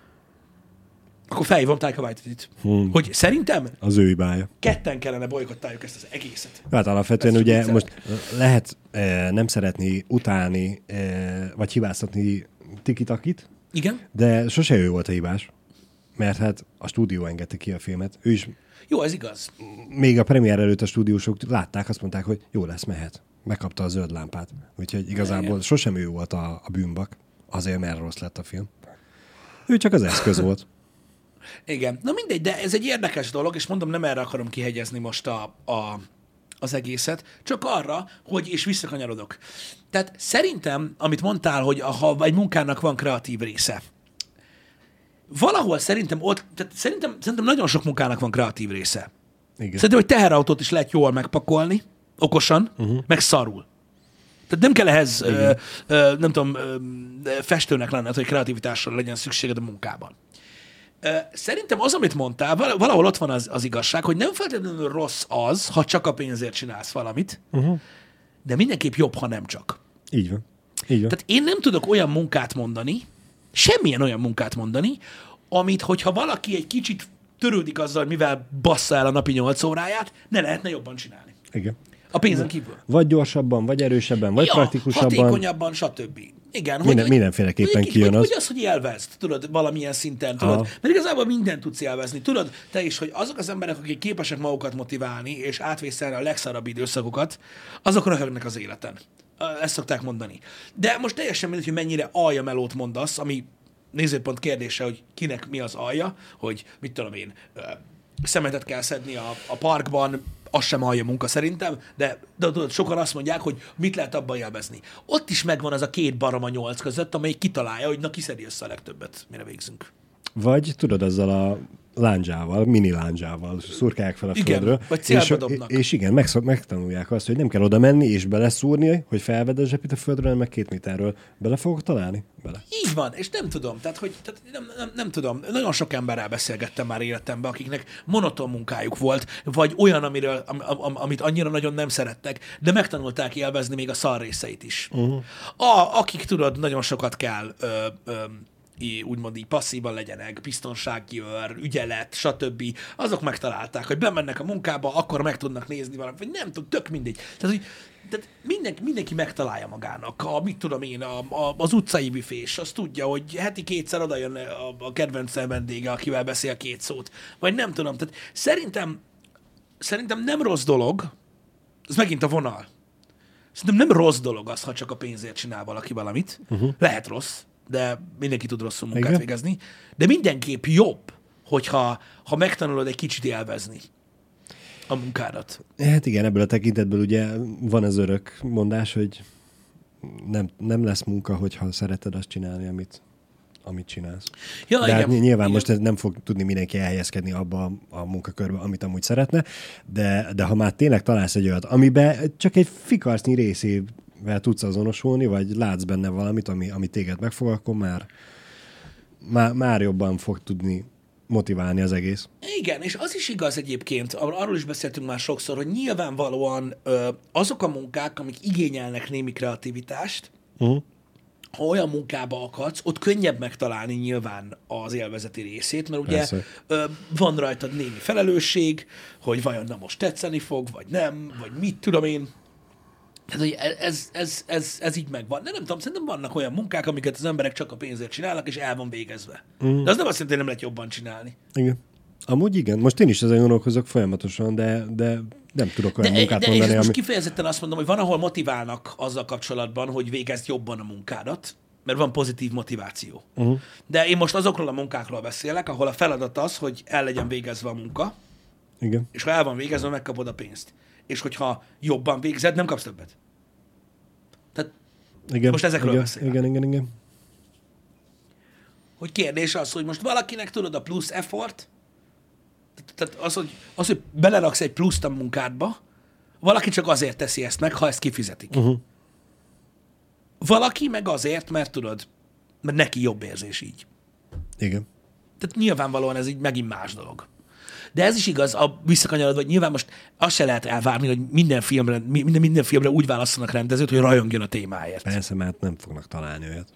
akkor felhívom Taika Waititit, hogy szerintem Az ő hibája. ketten kellene bolykottáljuk ezt az egészet. Hát alapvetően Ezt ugye úgy most lehet nem szeretni, utálni, vagy hibáztatni Tiki-Takit, Igen? de sose ő volt a hibás. Mert hát a stúdió engedte ki a filmet. Ő is, Jó, ez igaz. még a premier előtt a stúdiósok látták, azt mondták, hogy jó lesz, mehet. Megkapta a zöld lámpát. Úgyhogy igazából sosem ő volt a bűnbak. Azért, mert rossz lett a film. Ő csak az eszköz volt. Igen. Na mindegy, de ez egy érdekes dolog, és mondom, nem erre akarom kihegyezni most az egészet, csak arra, hogy, és visszakanyarodok. Tehát szerintem, amit mondtál, hogy ha egy munkának van kreatív része, valahol szerintem ott, tehát szerintem nagyon sok munkának van kreatív része. Igen. Szerintem, hogy teherautót is lehet jól megpakolni, okosan, meg szarul. Tehát nem kell ehhez, nem tudom, festőnek lenned, hogy kreativitásra legyen szükséged a munkában. Szerintem az, amit mondtál, valahol ott van az igazság, hogy nem feltétlenül rossz az, ha csak a pénzért csinálsz valamit, de mindenképp jobb, ha nem csak. Így van. Így van. Tehát én nem tudok olyan munkát mondani, semmilyen olyan munkát mondani, amit, hogyha valaki egy kicsit törődik azzal, hogy mivel bassza el a napi 8 óráját, ne lehetne jobban csinálni. Igen. A pénzen kívül. Vagy gyorsabban, vagy erősebben, vagy praktikusabban. Hatékonyabban, stb. Igen, mindenféleképpen kijön az. Hogy az, hogy élvezd, tudod, valamilyen szinten, tudod. Mert igazából mindent tudsz élvezni. Tudod, te is, hogy azok az emberek, akik képesek magukat motiválni, és átvészelni a legszarabb időszakokat, azok röhögnek az életen. Ezt szokták mondani. De most teljesen mindegy, hogy mennyire alja melót mondasz, ami nézőpont kérdése, hogy kinek mi az alja, hogy mit tudom én, szemetet kell szedni a parkban, az sem alja munka szerintem, de tudod, sokan azt mondják, hogy mit lehet abban élvezni. Ott is megvan az a két barom a 8 között, amely kitalálja, hogy na kiszedi össze a legtöbbet, mire végzünk. Vagy tudod, azzal a lándzsával, mini lándzsával szurkálják fel a igen, földről. vagy célba dobnak. És igen, megtanulják azt, hogy nem kell oda menni és beleszúrni, hogy felvedd a zsepit a földről, hanem meg 2 méterről. Bele fogok találni? Bele. Így van, és nem tudom, tehát nem tudom. Nagyon sok emberrel beszélgettem már életemben, akiknek monoton munkájuk volt, vagy olyan, amit annyira nagyon nem szerettek, de megtanulták élvezni még a szar részeit is. Akik tudod, nagyon sokat kell úgymond így passzívan legyenek, biztonsági őr, ügyelet, stb. Azok megtalálták, hogy bemennek a munkába, akkor meg tudnak nézni valamit, vagy nem tudom, tök mindegy. Tehát mindenki megtalálja magának. Mit tudom én, az utcai büfés, az tudja, hogy heti 2-szer odajön a kedvenc vendége, akivel beszél 2 szót. Vagy nem tudom. Tehát szerintem nem rossz dolog, ez megint a vonal. Szerintem nem rossz dolog az, ha csak a pénzért csinál valaki valamit. Lehet rossz, de mindenki tud rosszul munkát végezni. De mindenképp jobb, hogyha megtanulod egy kicsit élvezni a munkádat. Hát igen, ebből a tekintetből ugye van az örök mondás, hogy nem lesz munka, hogyha szereted azt csinálni, amit csinálsz. Ja, de igen. Hát nyilván igen. most nem fog tudni mindenki elhelyezkedni abba a munkakörbe, amit amúgy szeretne, de ha már tényleg találsz egy olyat, amiben csak egy fikarsznyi részével tudsz azonosulni, vagy látsz benne valamit, ami téged megfog, akkor már jobban fog tudni motiválni az egész. Igen, és az is igaz egyébként, arról is beszéltünk már sokszor, hogy nyilvánvalóan azok a munkák, amik igényelnek némi kreativitást, ha olyan munkába akadsz, ott könnyebb megtalálni nyilván az élvezeti részét, mert ugye van rajtad némi felelősség, hogy vajon na most tetszeni fog, vagy nem, vagy mit tudom én. Tehát, hogy ez így megvan. De nem tudom, szerintem vannak olyan munkák, amiket az emberek csak a pénzért csinálnak, és el van végezve. De az nem azt jelenti, hogy nem lehet jobban csinálni. Igen. Amúgy igen. Most én is ezen gondolkozok folyamatosan, de nem tudok olyan munkát mondani, most kifejezetten azt mondom, hogy van, ahol motiválnak azzal kapcsolatban, hogy végezd jobban a munkádat, mert van pozitív motiváció. De én most azokról a munkákról beszélek, ahol a feladat az, hogy el legyen végezve a munka, igen. És ha el van végezve, megkapod a pénzt. És hogyha jobban végzed, nem kapsz többet. Tehát igen, most ezekről beszélek. Igen. Hogy kérdés az, hogy most valakinek tudod a plusz effort, tehát az, hogy beleraksz egy pluszt a munkádba, valaki csak azért teszi ezt meg, ha ezt kifizetik. Valaki meg azért, mert tudod, mert neki jobb érzés így. Igen. Tehát nyilvánvalóan ez így megint más dolog. De ez is igaz, a visszakanyarodva, hogy nyilván most azt se lehet elvárni, hogy minden filmre úgy válasszanak rendezőt, hogy rajongjon a témáért. Persze, mert nem fognak találni olyat.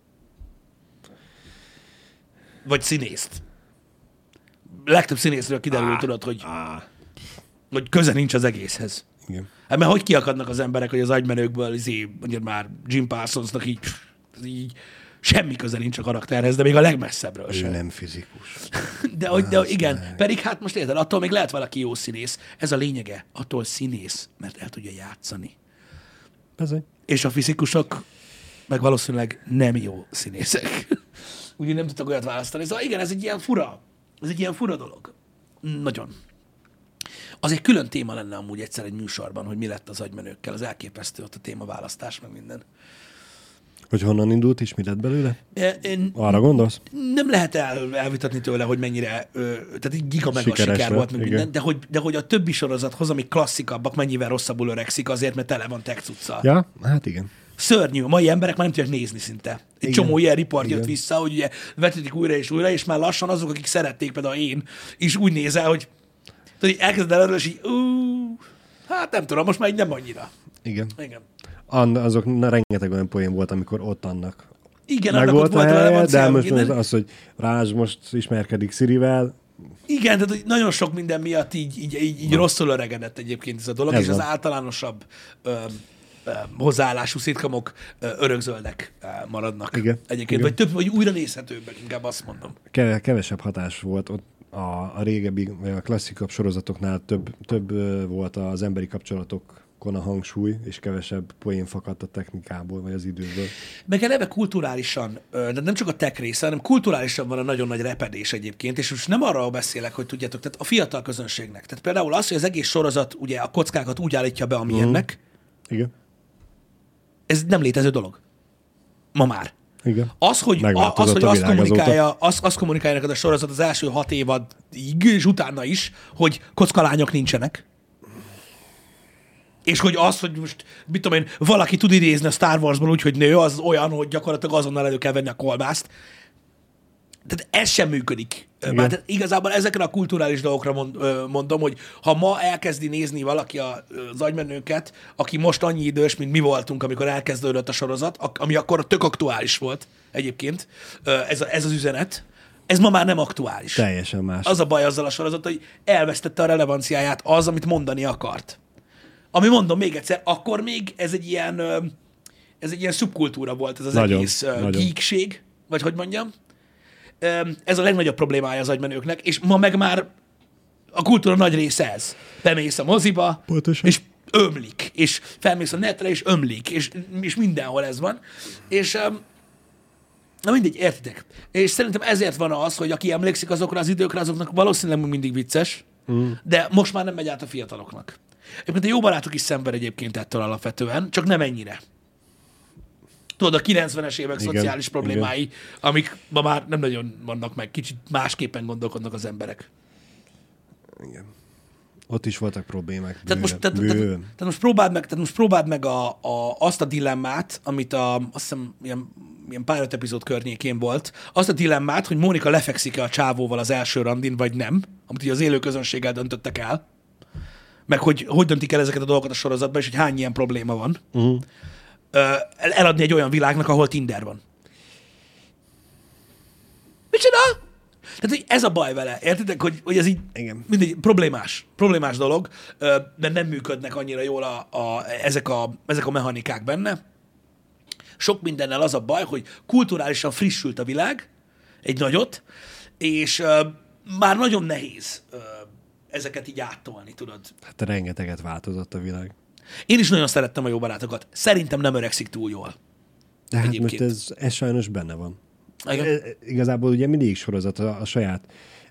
Vagy színészt. Legtöbb színészről kiderül, tudod, hogy köze nincs az egészhez. Igen. Hát mert hogy kiakadnak az emberek, hogy az agymenőkből mondjuk már Jim Parsonsnak így semmi köze nincs a karakterhez, de még a legmesszebbről Ő sem. nem fizikus. De igen, pedig hát most érted, attól még lehet valaki jó színész. Ez a lényege, attól színész, mert el tudja játszani. Bizony. És a fizikusok meg valószínűleg nem jó színészek. Úgyhogy nem tudtak olyat választani. Szóval igen, ez egy ilyen fura dolog. Nagyon. Az egy külön téma lenne amúgy egyszer egy műsorban, hogy mi lett az agymenőkkel. Az elképesztő ott a témaválasztás, meg minden. Hogy honnan indult és mi lett belőle? Én Arra gondolsz? nem lehet elvitatni tőle, hogy mennyire, tehát így giga meg a siker volt, meg minden, de hogy a többi sorozathoz, amik klasszikabbak, mennyivel rosszabbul öregszik azért, mert tele van tech cuccal. Ja, hát igen. Szörnyű, a mai emberek már nem tudják nézni szinte. Egy csomó ilyen riport jött vissza, hogy ugye vetítik újra, és már lassan azok, akik szerették, például én, is úgy nézel, hogy tudod, elkezded előről, és így, hát nem tudom, most már így nem annyira. Igen. Igen. Azok rengeteg olyan poén volt, amikor ott annak Igen, meg annak volt ott volt relevancia, de most minden. az, hogy Rázs most ismerkedik Szirivel. Igen, tehát hogy nagyon sok minden miatt így rosszul öregedett egyébként ez a dolog, és az általánosabb hozzáállású szitkomok örökzöldek maradnak. Igen. Egyébként, igen. Vagy újra nézhetőbbek, inkább azt mondom. Kevesebb hatás volt ott a régebbi, vagy a klasszikabb sorozatoknál több volt az emberi kapcsolatokon a hangsúly, és kevesebb poén fakadt a technikából, vagy az időből. Meg eleve kulturálisan, de nem csak a tech része, hanem kulturálisan van a nagyon nagy repedés egyébként, és most nem arról beszélek, hogy tudjátok, tehát a fiatal közönségnek. Tehát például az, hogy az egész sorozat ugye a kockákat úgy állítja be, amilyennek, igen. Ez nem létező dolog. Ma már. Igen. Az, hogy azt kommunikálja neked a sorozat az első 6 évadig, és utána is, hogy kockalányok nincsenek. És hogy az, hogy most, mit tudom én, valaki tud idézni a Star Warsból úgy, hogy nő, az olyan, hogy gyakorlatilag azonnal elő kell venni a kolbászt. Tehát ez sem működik. Tehát igazából ezekre a kulturális dolgokra mondom, hogy ha ma elkezdi nézni valaki az agymenőket, aki most annyi idős, mint mi voltunk, amikor elkezdődött a sorozat, ami akkor tök aktuális volt egyébként, ez az üzenet, ez ma már nem aktuális. Teljesen más. Az a baj azzal a sorozat, hogy elvesztette a relevanciáját az, amit mondani akart. Ami mondom még egyszer, akkor még ez egy ilyen szubkultúra volt, ez az egész geekség, vagy hogy mondjam. Ez a legnagyobb problémája az agymenőknek, és ma meg már a kultúra nagy része ez. Bemész a moziba, pontosan. És ömlik, és felmész a netre, és ömlik, és mindenhol ez van. És na mindegy, értitek. És szerintem ezért van az, hogy aki emlékszik azokra az időkre, azoknak valószínűleg mindig vicces, de most már nem megy át a fiataloknak. Egyébként a jó barátok is szenved egyébként ettől alapvetően, csak nem ennyire. Tudod, a 90-es évek szociális problémái, amik ma már nem nagyon vannak meg, kicsit másképpen gondolkodnak az emberek. Igen. Ott is voltak problémák. Tehát most próbáld meg azt a dilemmát, amit azt hiszem ilyen pilot epizód környékén volt, azt a dilemmát, hogy Mónika lefekszik-e a csávóval az első randin, vagy nem, amit ugye az élő közönséggel döntöttek el, meg hogy döntik el ezeket a dolgokat a sorozatban, és hogy hány ilyen probléma van. Eladni egy olyan világnak, ahol Tinder van. Micsoda? Tehát, hogy ez a baj vele, értitek, hogy ez így mindegy, problémás dolog, mert nem működnek annyira jól ezek a mechanikák benne. Sok mindennel az a baj, hogy kulturálisan frissült a világ, egy nagyot, és már nagyon nehéz ezeket így áttolni, tudod. Hát rengeteget változott a világ. Én is nagyon szerettem a jó barátokat. Szerintem nem öregszik túl jól. De hát most ez sajnos benne van. Igazából ugye mindig sorozat a saját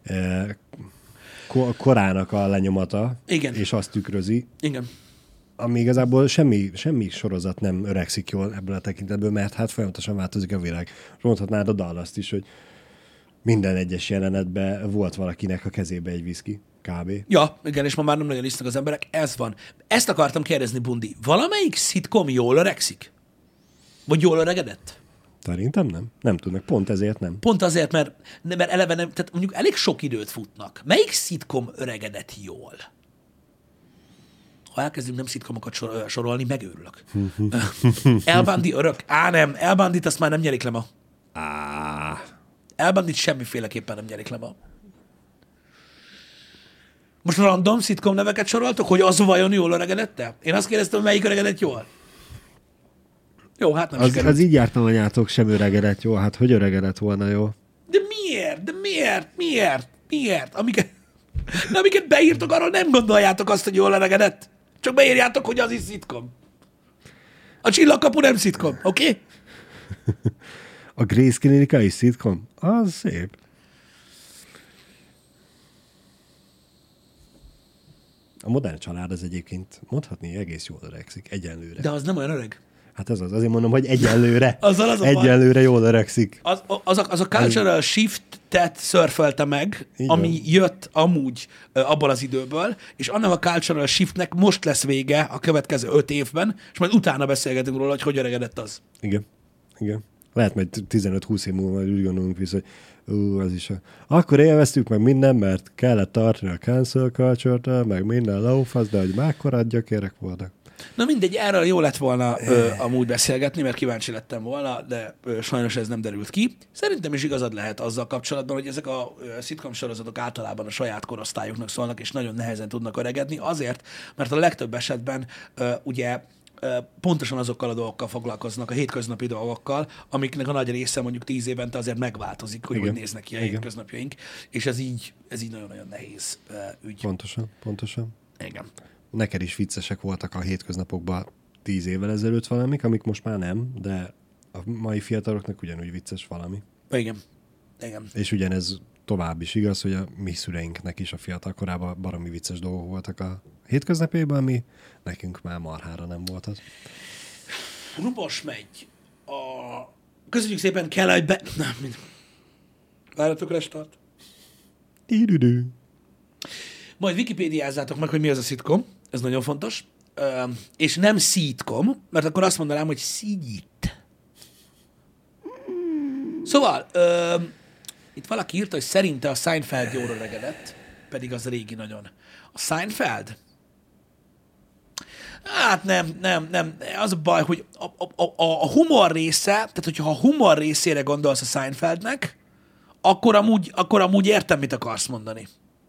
korának a lenyomata, igen. És azt tükrözi. Igen. Ami igazából semmi sorozat nem öregszik jól ebből a tekintetből, mert hát folyamatosan változik a világ. Mondhatnád a Dallas-t is, hogy minden egyes jelenetben volt valakinek a kezébe egy viszki. Kb. Ja, igen, és ma már nem nagyon isznak az emberek. Ez van. Ezt akartam kérdezni, Bundi. Valamelyik szitkom jól öregszik? Vagy jól öregedett? Szerintem nem. Nem tudnak, pont ezért nem. Pont azért, mert eleve nem, tehát mondjuk elég sok időt futnak. Melyik szitkom öregedett jól? Ha elkezdünk nem szitkomokat sorolni, megőrülök. El Bundy örök? Nem. El Bundyt azt már nem nyerik le ma. El Bundyt semmiféleképpen nem nyerik le ma. Most random szitkom neveket soroltok, hogy az vajon jól öregedette? Én azt kérdeztem, hogy melyik öregedett jól? Jó, hát nem az így jártam anyátok, sem öregedett jól. Hát hogy öregedett volna jól? De miért? Amiket beírtok, arról nem gondoljátok azt, hogy jól öregedett. Csak beírjátok, hogy az is szitkom. A Csillagkapu nem szitkom, oké? Okay? A Grey's Klinika is szitkom? Az szép. A Modern Család az egyébként mondhatni egész jól öregszik, egyenlőre. De az nem olyan öreg. Hát ez az. Azért mondom, hogy egyenlőre. Egyenlőre jól öregszik. Az a cultural shift-et szörfölte meg, ami jött amúgy abból az időből, és annak a cultural shiftnek most lesz vége a következő 5 évben, és majd utána beszélgetünk róla, hogy öregedett az. Igen. Lehet majd 15-20 év múlva úgy gondolunk vissza, hogy az is. Akkor élveztük meg minden, mert kellett tartani a cancel culture-től, meg minden lófasz, de hogy mekkora gyökérek voltak. Na mindegy, erről jó lett volna amúgy beszélgetni, mert kíváncsi lettem volna, de sajnos ez nem derült ki. Szerintem is igazad lehet azzal kapcsolatban, hogy ezek a szitkom sorozatok általában a saját korosztályuknak szólnak, és nagyon nehezen tudnak öregedni, azért, mert a legtöbb esetben ugye pontosan azokkal a dolgokkal foglalkoznak, a hétköznapi dolgokkal, amiknek a nagy része mondjuk 10 évente azért megváltozik, hogy hogy néznek ki a hétköznapjaink, és ez így nagyon-nagyon nehéz ügy. Pontosan. Igen. Neked is viccesek voltak a hétköznapokban 10 évvel ezelőtt valamik, amik most már nem, de a mai fiataloknak ugyanúgy vicces valami. Igen. És ugyanez tovább is igaz, hogy a mi szüleinknek is a fiatal korában baromi vicces dolgok voltak a hétköznapjában, ami nekünk már marhára nem volt az. Rubos megy. Köszönjük szépen, kell, hogy Várjatok, restart. Majd wikipédiázzátok meg, hogy mi az a szitkom. Ez nagyon fontos. És nem szitkom, mert akkor azt mondanám, hogy szít. Szóval, itt valaki írta, hogy szerinte a Seinfeld jól öregedett, pedig az régi nagyon. A Seinfeld? Hát nem. Az a baj, hogy a humor része, tehát hogyha a humor részére gondolsz a Seinfeldnek, akkor amúgy értem, mit akarsz mondani.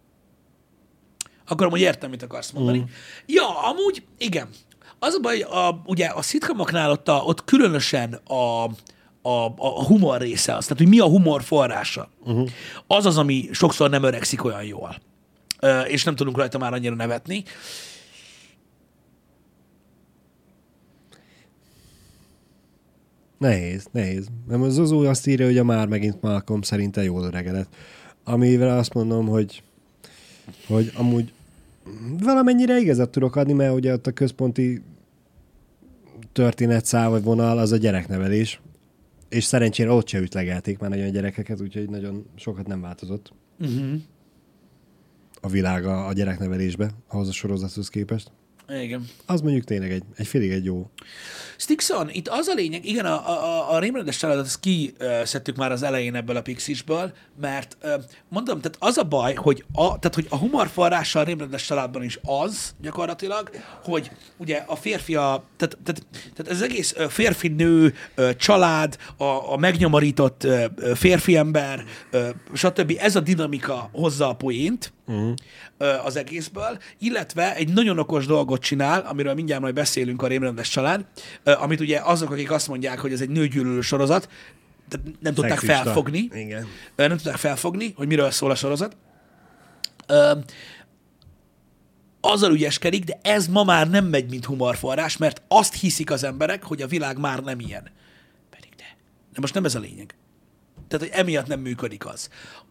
Ja, amúgy, igen. Az a baj, ugye a szitkomoknál ott különösen a humor része az, tehát hogy mi a humor forrása. Az az, ami sokszor nem öregszik olyan jól. És nem tudunk rajta már annyira nevetni. Nehéz. Nem az Zozó azt írja, hogy a már megint Malcolm szerinte jól öregedett. Amivel azt mondom, hogy amúgy valamennyire igazat tudok adni, mert ugye ott a központi történetszál vagy vonal az a gyereknevelés. És szerencsére ott se ütlegelték már nagyon a gyerekeket, úgyhogy nagyon sokat nem változott. A világ a gyereknevelésbe, ahhoz a sorozathoz képest. Igen. Az mondjuk tényleg félig egy jó. Stixon, itt az a lényeg, igen, a rémrendes családot ezt kiszedtük már az elején ebből a Pixisből, mert mondom, tehát az a baj, hogy a humor forrása a rémrendes családban is az gyakorlatilag, hogy ugye a férfi, tehát ez egész férfi-nő család, a megnyomorított férfi ember, stb. Ez a dinamika hozza a poént az egészből, illetve egy nagyon okos dolgot csinál, amiről mindjárt majd beszélünk, a rémrendes család, amit ugye azok, akik azt mondják, hogy ez egy nőgyűlölő sorozat, tehát nem tudták felfogni. Igen. Nem tudták felfogni, hogy miről szól a sorozat. Azzal ügyeskedik, de ez ma már nem megy, mint humorforrás, mert azt hiszik az emberek, hogy a világ már nem ilyen. Pedig de most nem ez a lényeg. Tehát, hogy emiatt nem működik az.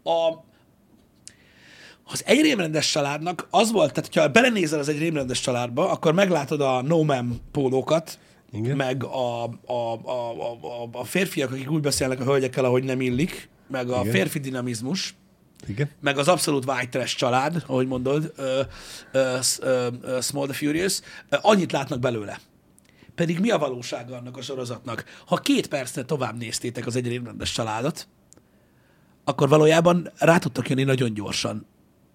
Az egy rémrendes családnak az volt, tehát ha belenézel az egy rémrendes családba, akkor meglátod a No Man pólókat, igen, meg a férfiak, akik úgy beszélnek a hölgyekkel, ahogy nem illik, meg a férfi dinamizmus, igen, meg az abszolút white trash család, ahogy mondod, Small the Furious, annyit látnak belőle. Pedig mi a valósága annak a sorozatnak? Ha 2 percre tovább néztétek az Egy rémrendes családot, akkor valójában rá tudtak jönni nagyon gyorsan,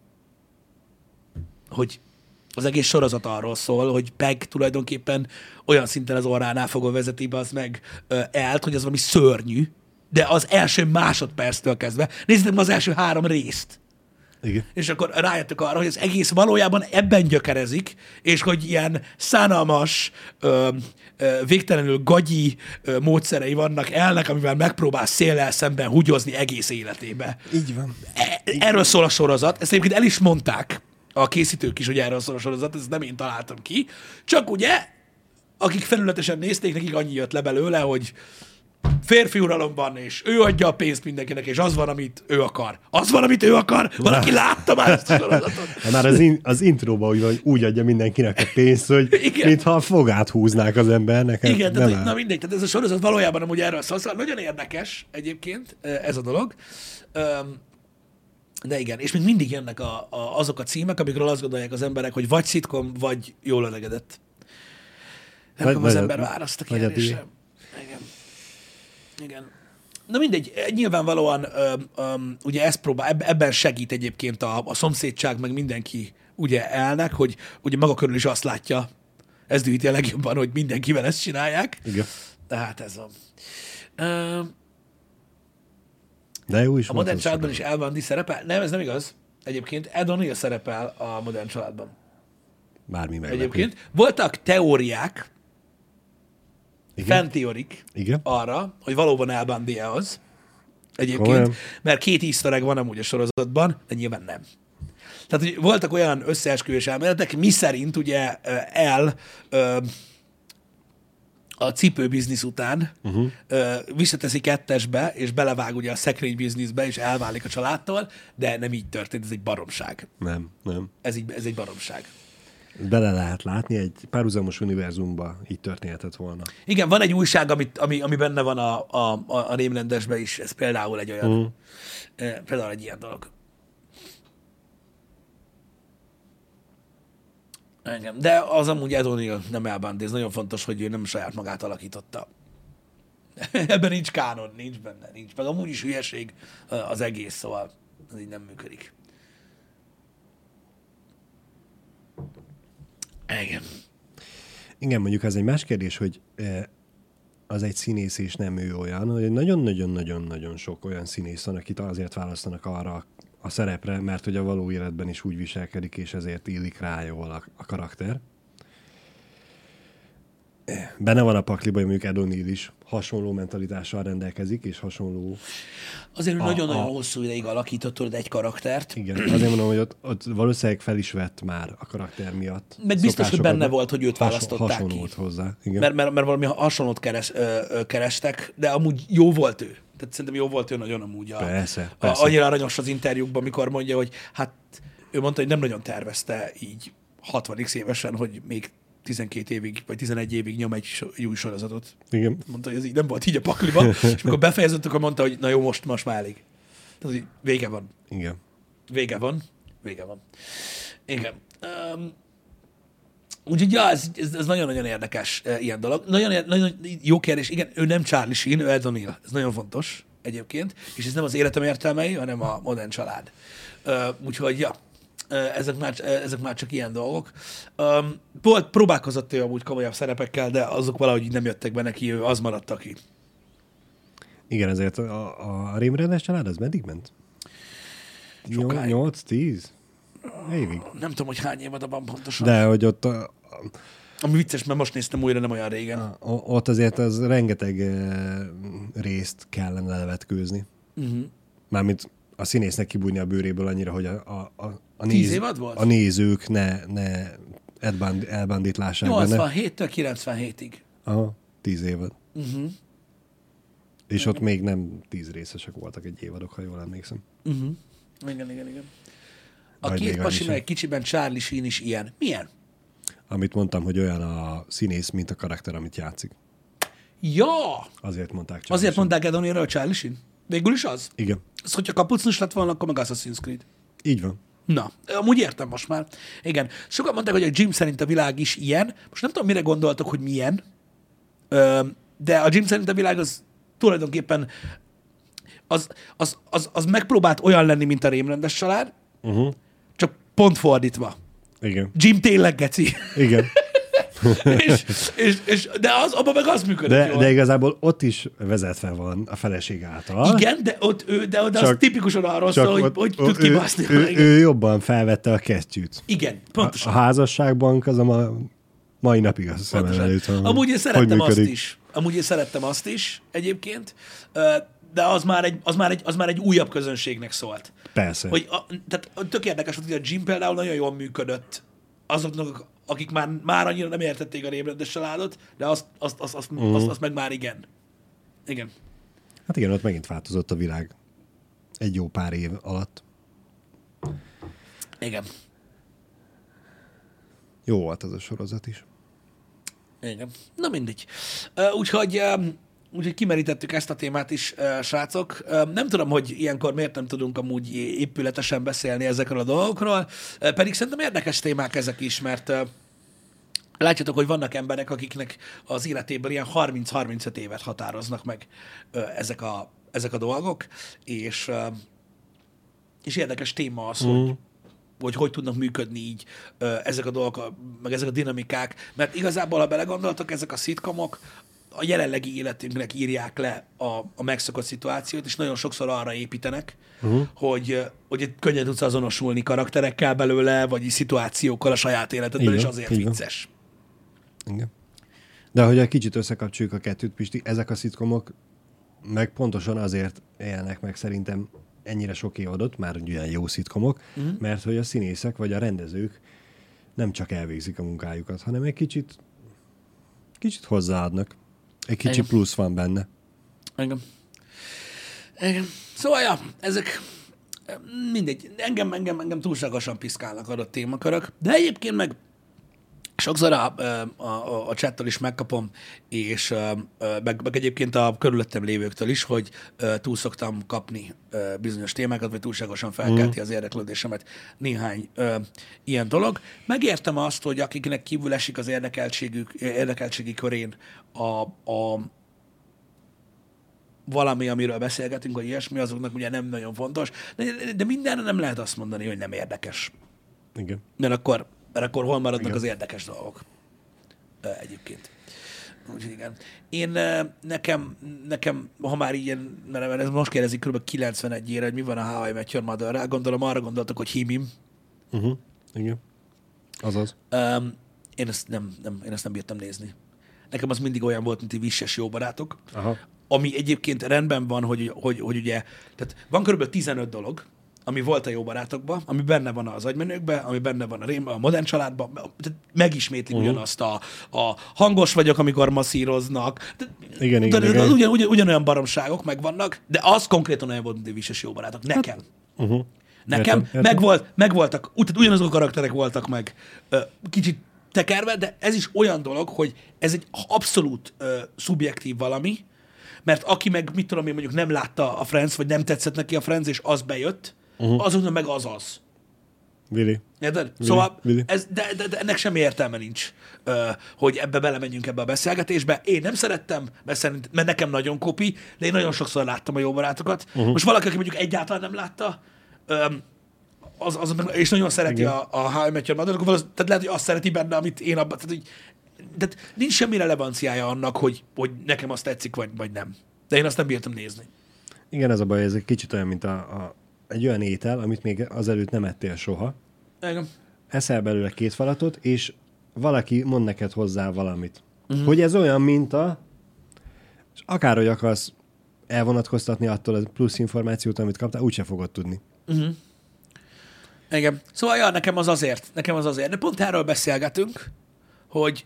hogy az egész sorozat arról szól, hogy Peg tulajdonképpen olyan szinten az orránál fogva vezeti be az meg Elt, hogy az valami szörnyű, de az első másodperctől kezdve, nézzétek meg az első 3 részt. Igen. És akkor rájöttek arra, hogy az egész valójában ebben gyökerezik, és hogy ilyen szánalmas, végtelenül gagyi módszerei vannak Elnek, amivel megpróbál széllel szemben húgyozni egész életébe. Így van. Erről szól a sorozat. Ezt egyébként el is mondták a készítők is, hogy erről szól a sorozat, ezt nem én találtam ki. Csak ugye, akik felületesen nézték, nekik annyi jött le belőle, hogy férfi uralom van, és ő adja a pénzt mindenkinek, és az van, amit ő akar. Az van, amit ő akar? Valaki látta már ezt a sorozatot? Már az intróban úgy adja mindenkinek a pénzt, hogy mintha a fogát húznák az embernek. Igen, tehát, na mindegy, tehát ez a sorozat valójában amúgy erről szól. Szóval nagyon érdekes egyébként ez a dolog. De igen, és még mindig jönnek azok a címek, amikről azt gondolják az emberek, hogy vagy szitkom, vagy jól öregedett. Nem tudom, az ember választ a kérdésre. Igen. Igen. Na mindegy, nyilvánvalóan ugye ezt ebben segít egyébként a szomszédság, meg mindenki ugye Elnek, hogy ugye maga körül is azt látja, ez dühíti a legjobban, hogy mindenkivel ezt csinálják. Igen. Tehát ez van. De jó is a Modern Családban is Al Bundy szerepel? Nem, ez nem igaz. Egyébként Ed O'Neill szerepel a Modern Családban. Bármi meglepő. Egyébként voltak teóriák, fanteorik arra, hogy valóban Al Bundy az. Egyébként, olyan. Mert 2 easter egg van amúgy a sorozatban, de nyilván nem. Tehát, hogy voltak olyan összeesküvés elméletek, mi szerint ugye El a cipőbiznisz után visszateszi 2-esbe, és belevág ugye a szekrénybizniszbe, és elválik a családtól, de nem így történt, ez egy baromság. Nem. Ez egy baromság. Bele lehet látni, egy párhuzamos univerzumba így történhetett volna. Igen, van egy újság, ami benne van a rémrendesben is, ez például egy olyan, például egy ilyen dolog. Igen. De az amúgy Ed O'Neill nem Al Bundy, ez nagyon fontos, hogy ő nem saját magát alakította. Ebben nincs kánon, nincs benne, nincs. Meg amúgy is hülyeség az egész, szóval ez így nem működik. Igen. Igen, mondjuk ez egy más kérdés, hogy az egy színész és nem ő olyan, hogy nagyon-nagyon-nagyon-nagyon sok olyan színész van, akit azért választanak arra a szerepre, mert hogy a való életben is úgy viselkedik, és ezért illik rá jól a karakter. Benne van a pakliban, hogy mondjuk Ed O'Neill is hasonló mentalitással rendelkezik, és hasonló... Azért nagyon-nagyon hosszú ideig alakítottad egy karaktert. Igen, azért mondom, hogy ott valószínűleg fel is vett már a karakter miatt. Mert biztos, hogy benne volt, hogy őt választották hasonlót ki. hozzá. Igen. Mert valami hasonlót kerestek, de amúgy jó volt ő. Tehát szerintem jó volt ő nagyon amúgy. Persze. Annyira aranyos az interjúkban, amikor mondja, hogy hát ő mondta, hogy nem nagyon tervezte így 60x évesen, hogy még 12 évig, vagy 11 évig nyom egy új sorozatot. Igen. Mondta, hogy ez így nem volt így a pakliban, és mikor befejezett, akkor mondta, hogy na jó, most már elég. Tehát, hogy vége van. Igen. Vége van. Igen. Úgyhogy ja, ez nagyon-nagyon érdekes ilyen dolog. Nagyon jó kérdés. Igen, ő nem Charlie Sheen, ő Ed O'Neill. Ez nagyon fontos egyébként. És ez nem az életem értelmei, hanem a Modern Család. Úgyhogy ja, ezek már csak ilyen dolgok. Próbálkozott ő amúgy komolyabb szerepekkel, de azok valahogy nem jöttek be neki, ő az maradt aki. Igen, ezért a Rémrendes Család, az meddig ment? 8-10 évig? Nem tudom, hogy hány évad van pontosan. De hogy ott... Ami vicces, mert most néztem újra, nem olyan régen. Ott azért az rengeteg részt kellene levetkőzni. Mármint a színésznek kibújni a bőréből annyira, hogy a 10 évad volt? A nézők ne Al Bundyt lássák benne. 87-től 97-ig. Aha, 10 évad. És ott még nem 10 részesek voltak egy évadok, ha jól emlékszem. Igen. A két pasi meg kicsiben Charlie Sheen is ilyen. Milyen? Amit mondtam, hogy olyan a színész, mint a karakter, amit játszik. Ja! Azért mondták Ed O'Neillről Charlie Sheen? Végül is az? Igen. Ez, hogyha kapucnus lett volna, akkor meg Assassin's Creed. Így van. Na, amúgy értem most már. Igen. Sokan mondták, hogy a Jim szerint a világ is ilyen. Most nem tudom, mire gondoltok, hogy milyen. De a gym szerint a világ az tulajdonképpen az megpróbált olyan lenni, mint a rémrendes család, csak pont fordítva. Igen. Jim tényleg geci. Igen. De abban meg az működött jól. De igazából ott is vezetve van a feleség által. Igen, de ott az tipikusan arról szól, hogy tud kibaszni. Ő jobban felvette a kesztyűt. Igen, pontosan. A házasságban az a mai napig az szemem előtt van. Amúgy én szerettem azt is. Amúgy én szerettem azt is egyébként, de az már egy újabb közönségnek szólt. Persze. Tehát tök érdekes, hogy a gym például nagyon jól működött azoknak, akik már annyira nem értették a rémrendes családot, de azt meg már igen. Igen. Hát igen, ott megint változott a világ egy jó pár év alatt. Igen. Jó volt az a sorozat is. Igen. Na mindegy. Úgyhogy kimerítettük ezt a témát is, srácok. Nem tudom, hogy ilyenkor miért nem tudunk amúgy épületesen beszélni ezekről a dolgokról, pedig szerintem érdekes témák ezek is, mert látjátok, hogy vannak emberek, akiknek az életében ilyen 30-35 évet határoznak meg ezek a dolgok, és érdekes téma az, hogy tudnak működni így ezek a dolgok, meg ezek a dinamikák, mert igazából, ha belegondoltok, ezek a szitkomok a jelenlegi életünknek írják le a megszokott szituációt, és nagyon sokszor arra építenek, hogy könnyen tudsz azonosulni karakterekkel belőle, vagy szituációkkal a saját életedben, és azért vicces. Igen. De hogy egy kicsit összekapcsoljuk a kettőt, Pisti, ezek a szitkomok meg pontosan azért élnek meg szerintem ennyire sok évadot, már olyan jó szitkomok, mert hogy a színészek vagy a rendezők nem csak elvégzik a munkájukat, hanem egy kicsit hozzáadnak. Egy kicsi plusz van benne. Igen. Szóval, ja, ezek mindegy. Engem túlságosan piszkálnak adott témakörök, de egyébként meg sokszor a chattől is megkapom, és meg egyébként a körülöttem lévőktől is, hogy túl szoktam kapni bizonyos témákat, vagy túlságosan felkelti az érdeklődésemet néhány ilyen dolog. Megértem azt, hogy akiknek kívül esik az érdekeltségi körén a valami, amiről beszélgetünk, vagy ilyesmi, azoknak ugye nem nagyon fontos, de mindenre nem lehet azt mondani, hogy nem érdekes. Igen. Mert akkor hol maradnak az érdekes dolgok egyébként. Úgyhogy igen. Nekem, ha már ilyen, mert ez most kérdezik kb. 91-ére, hogy mi van a How I Met Your Mother-rel, gondolom arra gondoltak, hogy Himim. Igen. Azaz. Én ezt nem bírtam nézni. Nekem az mindig olyan volt, mint egy visses jó barátok. Aha. Ami egyébként rendben van, hogy ugye, tehát van kb. 15 dolog, ami volt a jó barátokban, ami benne van az agymenőkben, ami benne van a modern családban, tehát megismétli ugyanazt a hangos vagyok, amikor masszíroznak. Igen. Ugyanolyan baromságok megvannak, de az konkrétan olyan volt, mint a visses jó barátok. Nekem. Nekem értem. Megvoltak, ugyanazok a karakterek voltak meg kicsit tekerve, de ez is olyan dolog, hogy ez egy abszolút szubjektív valami, mert aki meg, mit tudom én, mondjuk nem látta a Friends, vagy nem tetszett neki a Friends, és az bejött, azonnal meg az. Vili. Érted? Szóval de ennek semmi értelme nincs, hogy ebbe belemenjünk ebbe a beszélgetésbe. Én nem szerettem, mert nekem nagyon kopi, de én nagyon sokszor láttam a jó barátokat. Most valaki, aki mondjuk egyáltalán nem látta, és nagyon szereti a How I Met Your Mother, tehát lehet, hogy azt szereti benne, amit én abban. Tehát nincs semmi relevanciája annak, hogy nekem azt tetszik, vagy nem. De én azt nem bírtam nézni. Igen, ez a baj, ez egy kicsit olyan, mint egy olyan étel, amit még azelőtt nem ettél soha. Igen. Eszel belőle 2 falatot, és valaki mond neked hozzá valamit. Hogy ez olyan, mint és akárhogy akarsz elvonatkoztatni attól a plusz információt, amit kaptál, úgyse fogod tudni. Igen. Szóval ja, nekem az azért. De pont erről beszélgetünk, hogy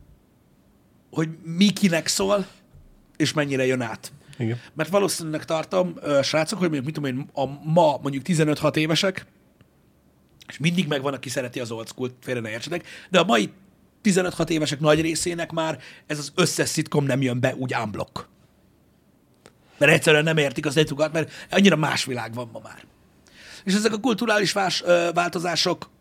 mi kinek szól, és mennyire jön át. Igen. Mert valószínűleg tartom, srácok, hogy mondjuk, mit tudom én, ma mondjuk 15-6 évesek, és mindig megvan, aki szereti az old school-t, félre ne értsetek, de a mai 15-6 évesek nagy részének már ez az összes szitkom nem jön be úgy unblock. Mert egyszerűen nem értik az etukat, mert annyira más világ van ma már. És ezek a kulturális változások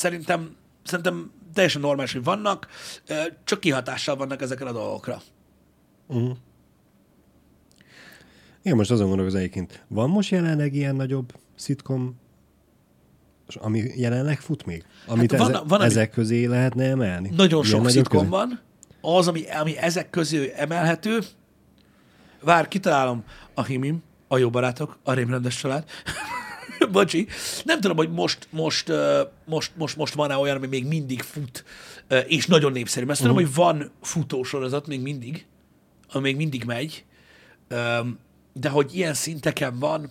szerintem teljesen normális, hogy vannak, csak kihatással vannak ezekre a dolgokra. Én most azon gondolok az egyébként, van most jelenleg ilyen nagyobb szitkom, ami jelenleg fut még? Amit van, ezek közé lehetne emelni? Nagyon ilyen sok szitkom van. Az, ami ezek közül emelhető, kitalálom, a Himim, a Jó Barátok, a Rémrendes család. Bocsi. Nem tudom, hogy most van-e olyan, ami még mindig fut, és nagyon népszerű. Mert tudom, hogy van futósorozat még mindig, ami még mindig megy, de hogy ilyen szinteken van.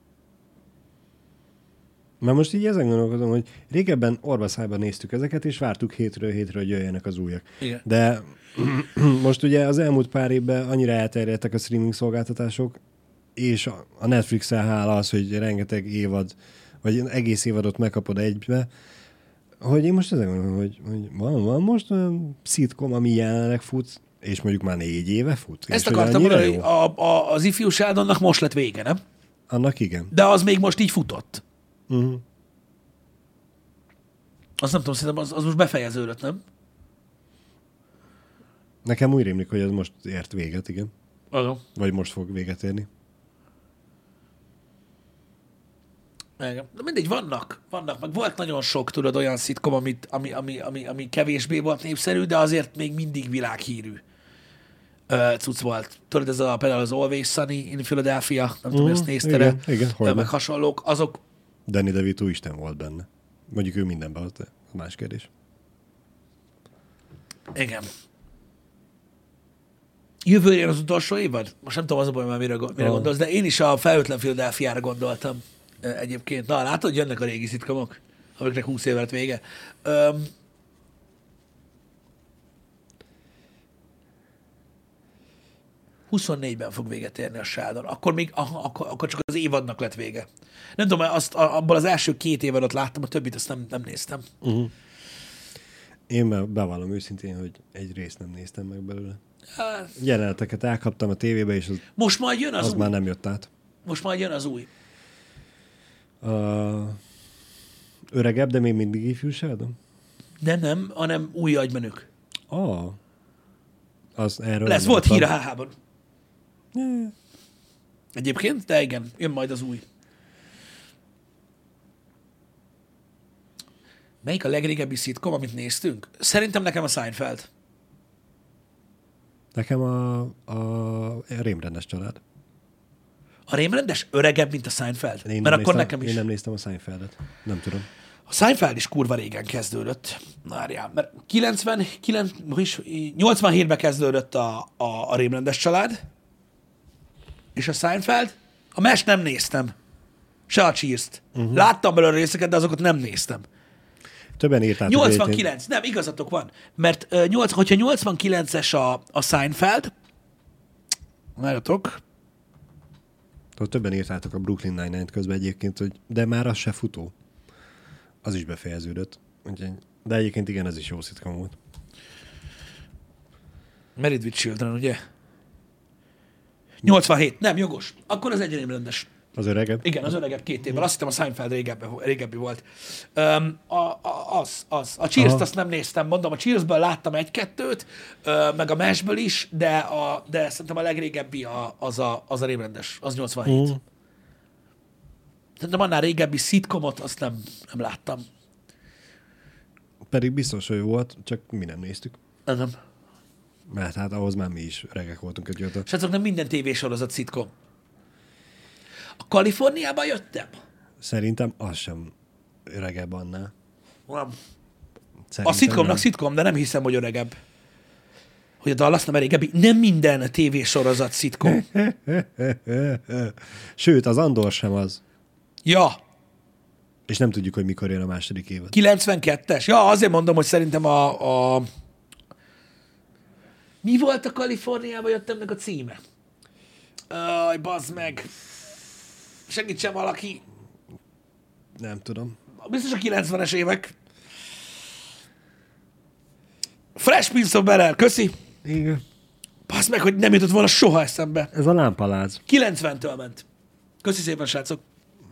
Mert most így ezen gondolkodom, hogy régebben orvaszájban néztük ezeket, és vártuk hétről hétre, hogy jöjjenek az újak. Igen. De most ugye az elmúlt pár évben annyira elterjedtek a streaming szolgáltatások, és a Netflix-el hála az, hogy rengeteg évad, vagy egész évadot megkapod egybe, hogy én most ezen gondolom, hogy van most olyan szitkom, ami jelenleg fut, és mondjuk már 4 éve fut. Ezt akartam mondani, hogy az ifjú Sheldonnak most lett vége, nem? Annak igen. De az még most így futott. Azt nem tudom, szerintem az most befejeződött, nem? Nekem úgy rémlik, hogy ez most ért véget, igen. Azon. Vagy most fog véget érni. De mindegy, vannak, meg volt nagyon sok, tudod, olyan szitkom, ami kevésbé volt népszerű, de azért még mindig világhírű cucc volt. Tudod, például az Always Sunny in Philadelphia, nem tudom, ezt nézte, igen, meg hasonlók, azok... Danny DeVito isten volt benne. Mondjuk ő mindenben volt, a más kérdés. Igen. Jövőre jön az utolsó évad? Most nem tudom, az a baj, mire gondolsz, de én is a Felhőtlen Philadelphia-ra gondoltam egyébként. Na, látod, jönnek a régi szitkomok, amiknek 20 év lett vége. 24-ben fog véget érni a Sheldon. Akkor csak az évadnak lett vége. Nem tudom, abból az első 2 évadot láttam, a többit azt nem néztem. Én bevallom őszintén, hogy egy részt nem néztem meg belőle. Jeleneteket elkaptam a tévébe, és most majd jön az új. Már nem jött át. Most majd jön az új. Öregebb, de még mindig ifjú Sheldon? Nem, hanem új agymenők. Az erről lesz, volt hír a HH-ban. Egyébként, de igen, jön majd az új. Melyik a legrégebbi szitkom, amit néztünk? Szerintem nekem a Seinfeld. Nekem a Rémrendes család. A Rémrendes öregebb, mint a Seinfeld? Mert akkor nekem is. Én nem néztem a Seinfeldet. Nem tudom. A Seinfeld is kurva régen kezdődött. Várjál, mert 87-ben kezdődött a Rémrendes család, és a Seinfeld, a Mesh nem néztem. Se a Cheers-t. Láttam belőle részeket, de azokat nem néztem. Többen írtátok. 89, nem, igazatok van. Mert hogyha 89-es a Seinfeld, várjatok. Többen írtátok a Brooklyn Nine-Nine-t közben egyébként, hogy de már az se futó. Az is befejeződött. De egyébként igen, ez is jó szitkom volt. Married with Children, ugye? 87, nem, jogos. Akkor az egy Rémrendes. Az öregebb? Igen, az öregebb 2 évvel. Azt hittem a Seinfeld régebbi volt. A Cheers-t azt nem néztem, mondom, a Cheers-ből láttam 1-2-t, meg a Mashből is, de szerintem a legrégebbi az a Rémrendes, az 87. Szerintem annál régebbi szitkomot azt nem láttam. Pedig biztos, hogy volt, csak mi nem néztük. Nem. Mert hát ahhoz már mi is öregek voltunk egy jöttől. Srácok, nem minden tévésorozat szitkom. A Kaliforniában jöttem? Szerintem az sem öregebb annál. Nem. A szitkomnak szitkom, de nem hiszem, hogy öregebb. Hogy a Dallas nem régebbi. Nem minden tévésorozat szitkom. Sőt, az Andor sem az. Ja. És nem tudjuk, hogy mikor jön a második évad. 92-es? Ja, azért mondom, hogy szerintem Mi volt a Kaliforniába jöttemnek a címe? Bazd meg. Segítsen valaki. Nem tudom. Biztos a 90-es évek. Fresh Prince of Bel-Air, köszi. Igen. Bazd meg, hogy nem jutott volna soha eszembe. Ez a lámpaláz. 90-től ment. Köszi szépen, srácok.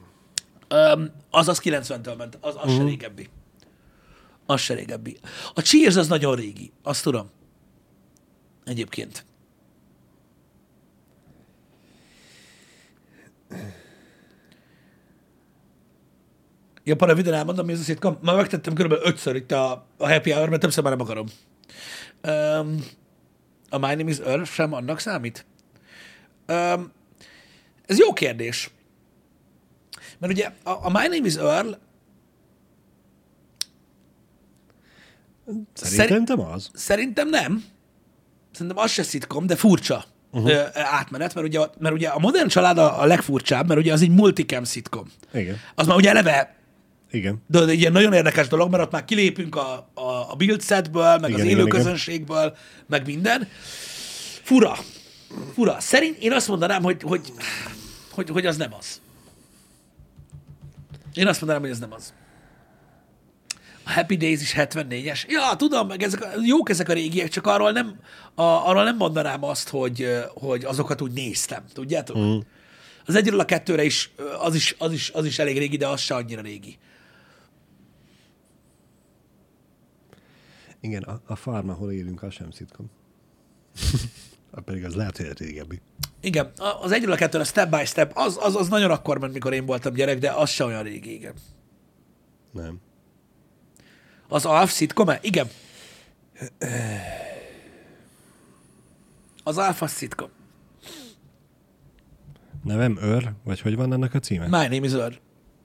Az 90-től ment. Az se régebbi. Az se régebbi. A Cheers az nagyon régi. Azt tudom. Egyébként. Ja, para videón elmondom, mi ez a szitkom. Már megtettem körülbelül 5-ször itt a happy hour, mert többször már nem akarom. A My Name is Earl sem annak számít? Ez jó kérdés. Mert ugye a My Name is Earl Szerintem az. Szerintem nem. Szerintem az se szitkom, de furcsa átmenet, mert ugye a Modern Család a legfurcsább, mert ugye az egy multicam szitkom. Igen. Az már ugye eleve Igen. de egy ilyen nagyon érdekes dolog, mert ott már kilépünk a build setből, meg igen, az élő közönségből, meg minden. Fura. Szerint én azt mondanám, hogy az nem az. Én azt mondanám, hogy ez nem az. A Happy Days is 74-es. Ja, tudom, meg jók ezek a régiek, csak arról nem mondanám azt, hogy azokat úgy néztem. Tudjátok? Mm. Az egyről a kettőre is az is elég régi, de az se annyira régi. Igen, a farm, ahol élünk, az sem szitkom. Pedig az lehet, hogy régebbi. Igen, az egyről a kettőre, a Step by Step, az nagyon akkor ment, mikor én voltam gyerek, de az se olyan régi, igen. Nem. Az Alf szitkom? Igen. Az Alf az szitkom. Nevem Őr? Vagy hogy van annak a címe? My Name is Earl.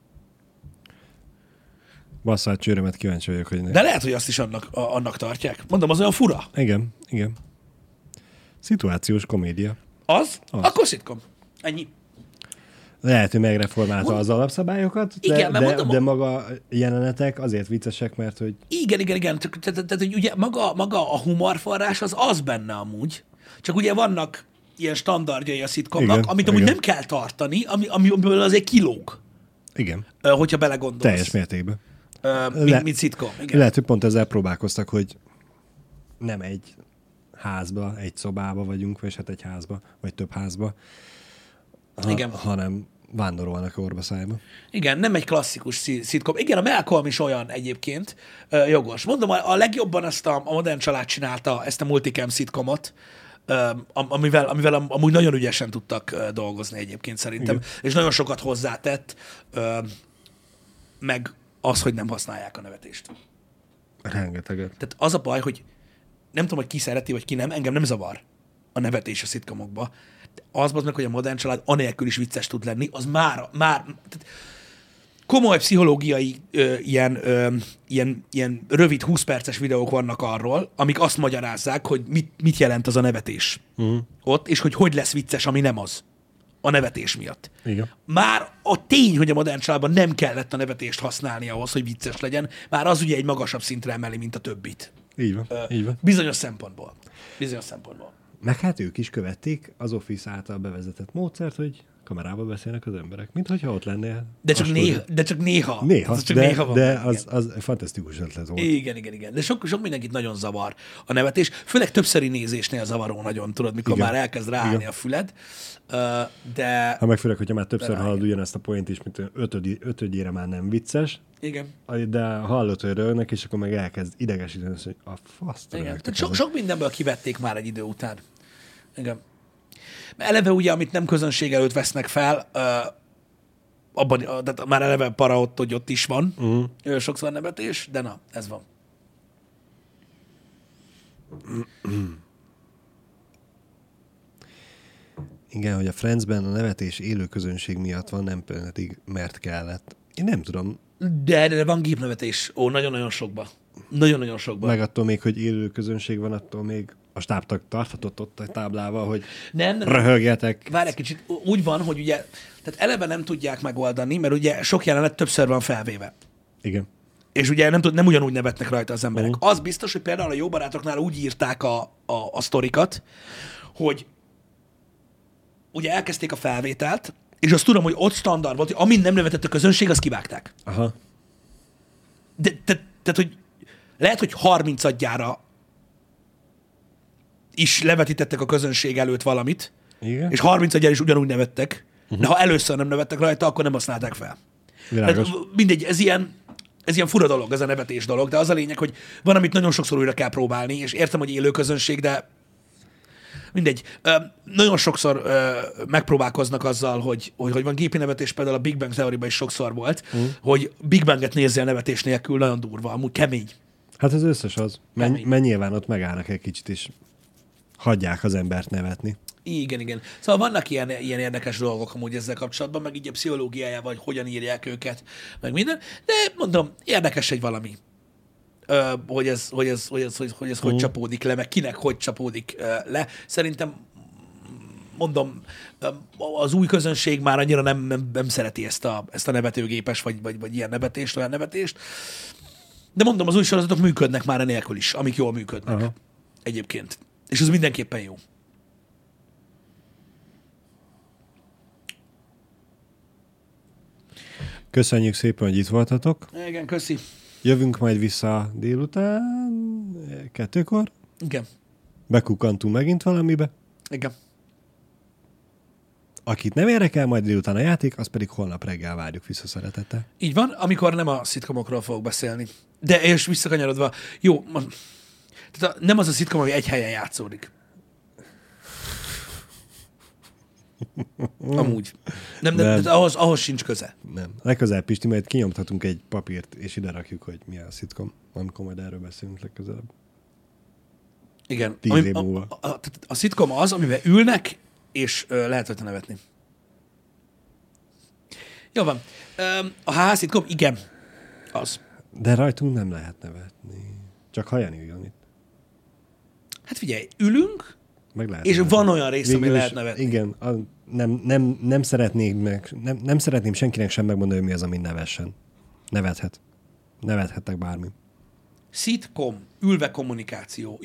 Basszát csőrömet, kíváncsi vagyok, hogy... De lehet, hogy azt is annak tartják. Mondom, az olyan fura. Igen. Szituációs komédia. Az? Akkor szitkom. Ennyi. Lehet, hogy megreformálta az alapszabályokat, de maga jelenetek azért viccesek, mert hogy... Igen. Tehát, hogy ugye maga a humorforrás az benne amúgy. Csak ugye vannak ilyen standardjai a szitkomnak, amit amúgy nem kell tartani, amiből azért kilóg. Igen. Hogyha belegondolsz. Teljes mértékben. Mint szitkom. Igen. Lehet, hogy pont ezzel próbálkoztak, hogy nem egy házba, egy szobába vagyunk, vagy hát egy házba, vagy több házba, hanem vándorolnak orba-szájba. Igen, nem egy klasszikus szitkom. Igen, a Malcolm is olyan egyébként jogos. Mondom, a legjobban ezt a Modern Család csinálta, ezt a multicam szitkomot, amivel amúgy nagyon ügyesen tudtak dolgozni egyébként szerintem, igen. És nagyon sokat hozzátett, meg az, hogy nem használják a nevetést. Rengeteget. Tehát az a baj, hogy nem tudom, hogy ki szereti, vagy ki nem, engem nem zavar a nevetés a szitkomokba. Az meg, hogy a Modern Család anélkül is vicces tud lenni, az már tehát komoly pszichológiai ilyen rövid 20 perces videók vannak arról, amik azt magyarázzák, hogy mit jelent az a nevetés ott, és hogy lesz vicces, ami nem az a nevetés miatt. Igen. Már a tény, hogy a Modern Családban nem kellett a nevetést használni ahhoz, hogy vicces legyen, már az ugye egy magasabb szintre emeli, mint a többit. Így van. Bizonyos szempontból. Meg hát ők is követték az Office által bevezetett módszert, hogy kamerába beszélnek az emberek, mint hogyha ott lennél. De csak néha. De az fantasztikus ötlet volt. Igen. De sok mindenkit nagyon zavar a nevetés. Főleg többszöri nézésnél zavaró nagyon, tudod, mikor már elkezd ráállni a füled. De... Ha meg főleg, hogyha már többször hallod ugyanezt a point is, mint ötödjére már nem vicces. Igen. De hallott, hogy rögnek, és akkor meg elkezd idegesíteni, hogy a faszt. Igen. Sok mindenből kivették már egy idő után. Igen. Eleve ugye, amit nem közönség előtt vesznek fel, tehát már eleve para ott, hogy ott is van sokszor nevetés, de na, ez van. Igen, hogy a Friendsben a nevetés élő közönség miatt van, nem pedig mert kellett. Én nem tudom. De van gépnevetés. Nagyon-nagyon sokba. Nagyon-nagyon sokba. Meg attól még, hogy élő közönség van, attól még a stábtag tarthatott ott a táblával, hogy nem. Röhögjetek. Várj egy kicsit, úgy van, hogy ugye, tehát eleve nem tudják megoldani, mert ugye sok jelenet többször van felvéve. Igen. És ugye nem ugyanúgy nevetnek rajta az emberek. Az biztos, hogy például a Jó Barátoknál úgy írták a sztorikat, hogy ugye elkezdték a felvételt, és azt tudom, hogy ott standard volt, hogy amint nem nevetett a közönség, azt kivágták. Aha. Tehát, hogy lehet, hogy 30-adjára is levetítettek a közönség előtt valamit, igen. És 30-adjára is ugyanúgy nevettek, de ha először nem nevettek rajta, akkor nem használták fel. Tehát mindegy, ez ilyen fura dolog, ez a nevetés dolog, de az a lényeg, hogy van, amit nagyon sokszor újra kell próbálni, és értem, hogy élő közönség, de Mindegy. Nagyon sokszor megpróbálkoznak azzal, hogy van gépi nevetés, például a Big Bang Theory-ban is sokszor volt, hogy Big Banget nézzél nevetés nélkül, nagyon durva, amúgy kemény. Hát az összes az. Mert nyilván ott megállnak egy kicsit is. Hagyják az embert nevetni. Igen. Szóval vannak ilyen érdekes dolgok amúgy ezzel kapcsolatban, meg így a pszichológiájával, hogy hogyan írják őket, meg minden. De mondom, érdekes egy valami, hogy ez hogy csapódik le, meg kinek hogy csapódik le. Szerintem, mondom, az új közönség már annyira nem szereti ezt a nevetőgépes, vagy ilyen nevetést, olyan nevetést. De mondom, az új sorozatok működnek már enélkül is, amik jól működnek. Aha. Egyébként. És ez mindenképpen jó. Köszönjük szépen, hogy itt voltatok. Igen, köszi. Jövünk majd vissza délután 2-kor. Igen. Bekukkantunk megint valamibe. Igen. Akit nem érdekel majd délután a játék, az pedig holnap reggel várjuk vissza szeretettel. Így van, amikor nem a szitkomokról fogok beszélni. De és visszakanyarodva, jó, tehát nem az a szitkom, ami egy helyen játszódik. Amúgy. Nem. Ahhoz sincs köze. Nem. Legközelebb, Pisti, majd kinyomtatunk egy papírt, és ide rakjuk, hogy mi a szitkom. Amikor majd erről beszélünk legközelebb. Igen. 10 év múlva. A szitkom az, amiben ülnek, és lehet rajta nevetni. Jó van. A szitkom, igen. Az. De rajtunk nem lehet nevetni. Csak ha Jani jön itt. Hát figyelj, ülünk, meg lehet és nevetni. van olyan rész, ami lehet nevetni. Igen, nem szeretném senkinek sem megmondani, hogy mi az, ami nevessen. Nevethettek bármi. Szitkom, ülve kommunikáció.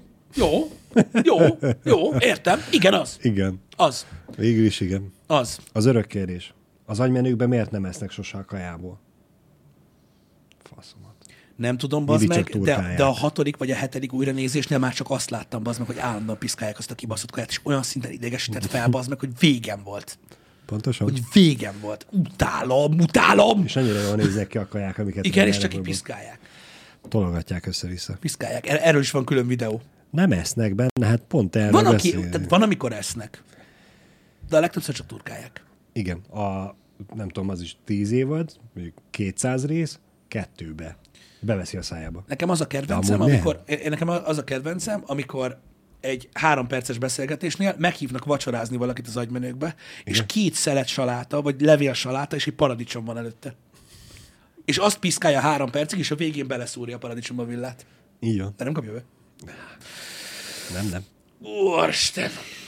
Jó, értem. Igen, az. Igen. Az. Végül is igen. Az. Az örök kérdés. Az agymenőkben miért nem esznek sose a kajából? Faszomat. Nem tudom, bazd meg, de a 6. vagy a 7. újranézésnél már csak azt láttam, bazd meg, hogy állandóan piszkálják azt a kibaszott kaját, és olyan szinten idegesített fel, bazd meg, hogy végem volt. Pontosan. Hogy végem volt. Utálom. És annyira jól néznek ki a kaják, amiket... Igen, és csak így piszkálják. Tologatják össze-vissza. Piszkálják. Erről is van külön videó. Nem esznek benne, hát pont erről tehát van, amikor esznek. De a legtöbbször csak turkálják. Igen. Nem tudom, az is 10 évad, mondjuk 200 rész, 2-be. Beveszi a szájába. Nekem az a kedvencem, amikor egy 3 perces beszélgetésnél meghívnak vacsorázni valakit az agymenőkbe, és 2 szelet saláta, vagy levél saláta, és egy paradicsom van előtte. És azt piszkálja 3 percig, és a végén beleszúrja a paradicsomba villát. Így van. De nem kapja be? Nem. Úristen!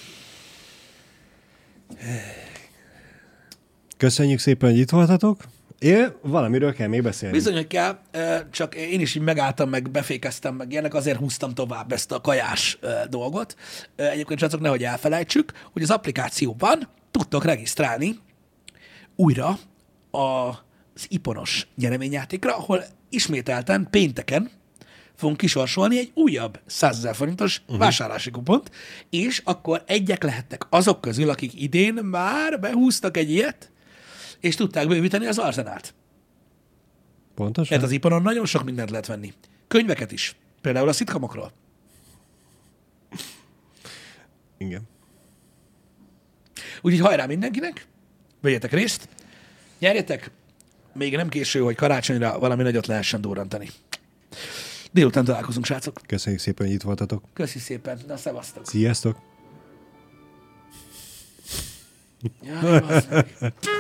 Köszönjük szépen, hogy itt voltatok. Valamiről kell még beszélni. Bizony, hogy kell, csak én is így megálltam, meg befékeztem, meg ilyenek, azért húztam tovább ezt a kajás dolgot. Egyébként srácok, nehogy elfelejtsük, hogy az applikációban tudtok regisztrálni újra az iponos nyereményjátékra, ahol ismételten pénteken fogunk kisorsolni egy újabb 100 000 forintos vásárlási kupont, és akkor egyek lehettek azok közül, akik idén már behúztak egy ilyet, és tudták bővíteni az arzenált. Pontosan. Mert az iponon nagyon sok mindent lehet venni. Könyveket is. Például a szitkomokról. Igen. Úgyhogy hajrá mindenkinek, vegyetek részt, nyerjetek, még nem késő, hogy karácsonyra valami nagyot lehessen durrantani. Délután találkozunk, srácok. Köszönjük szépen, hogy itt voltatok. Köszi szépen. Na, szevasztok. Sziasztok. Jaj,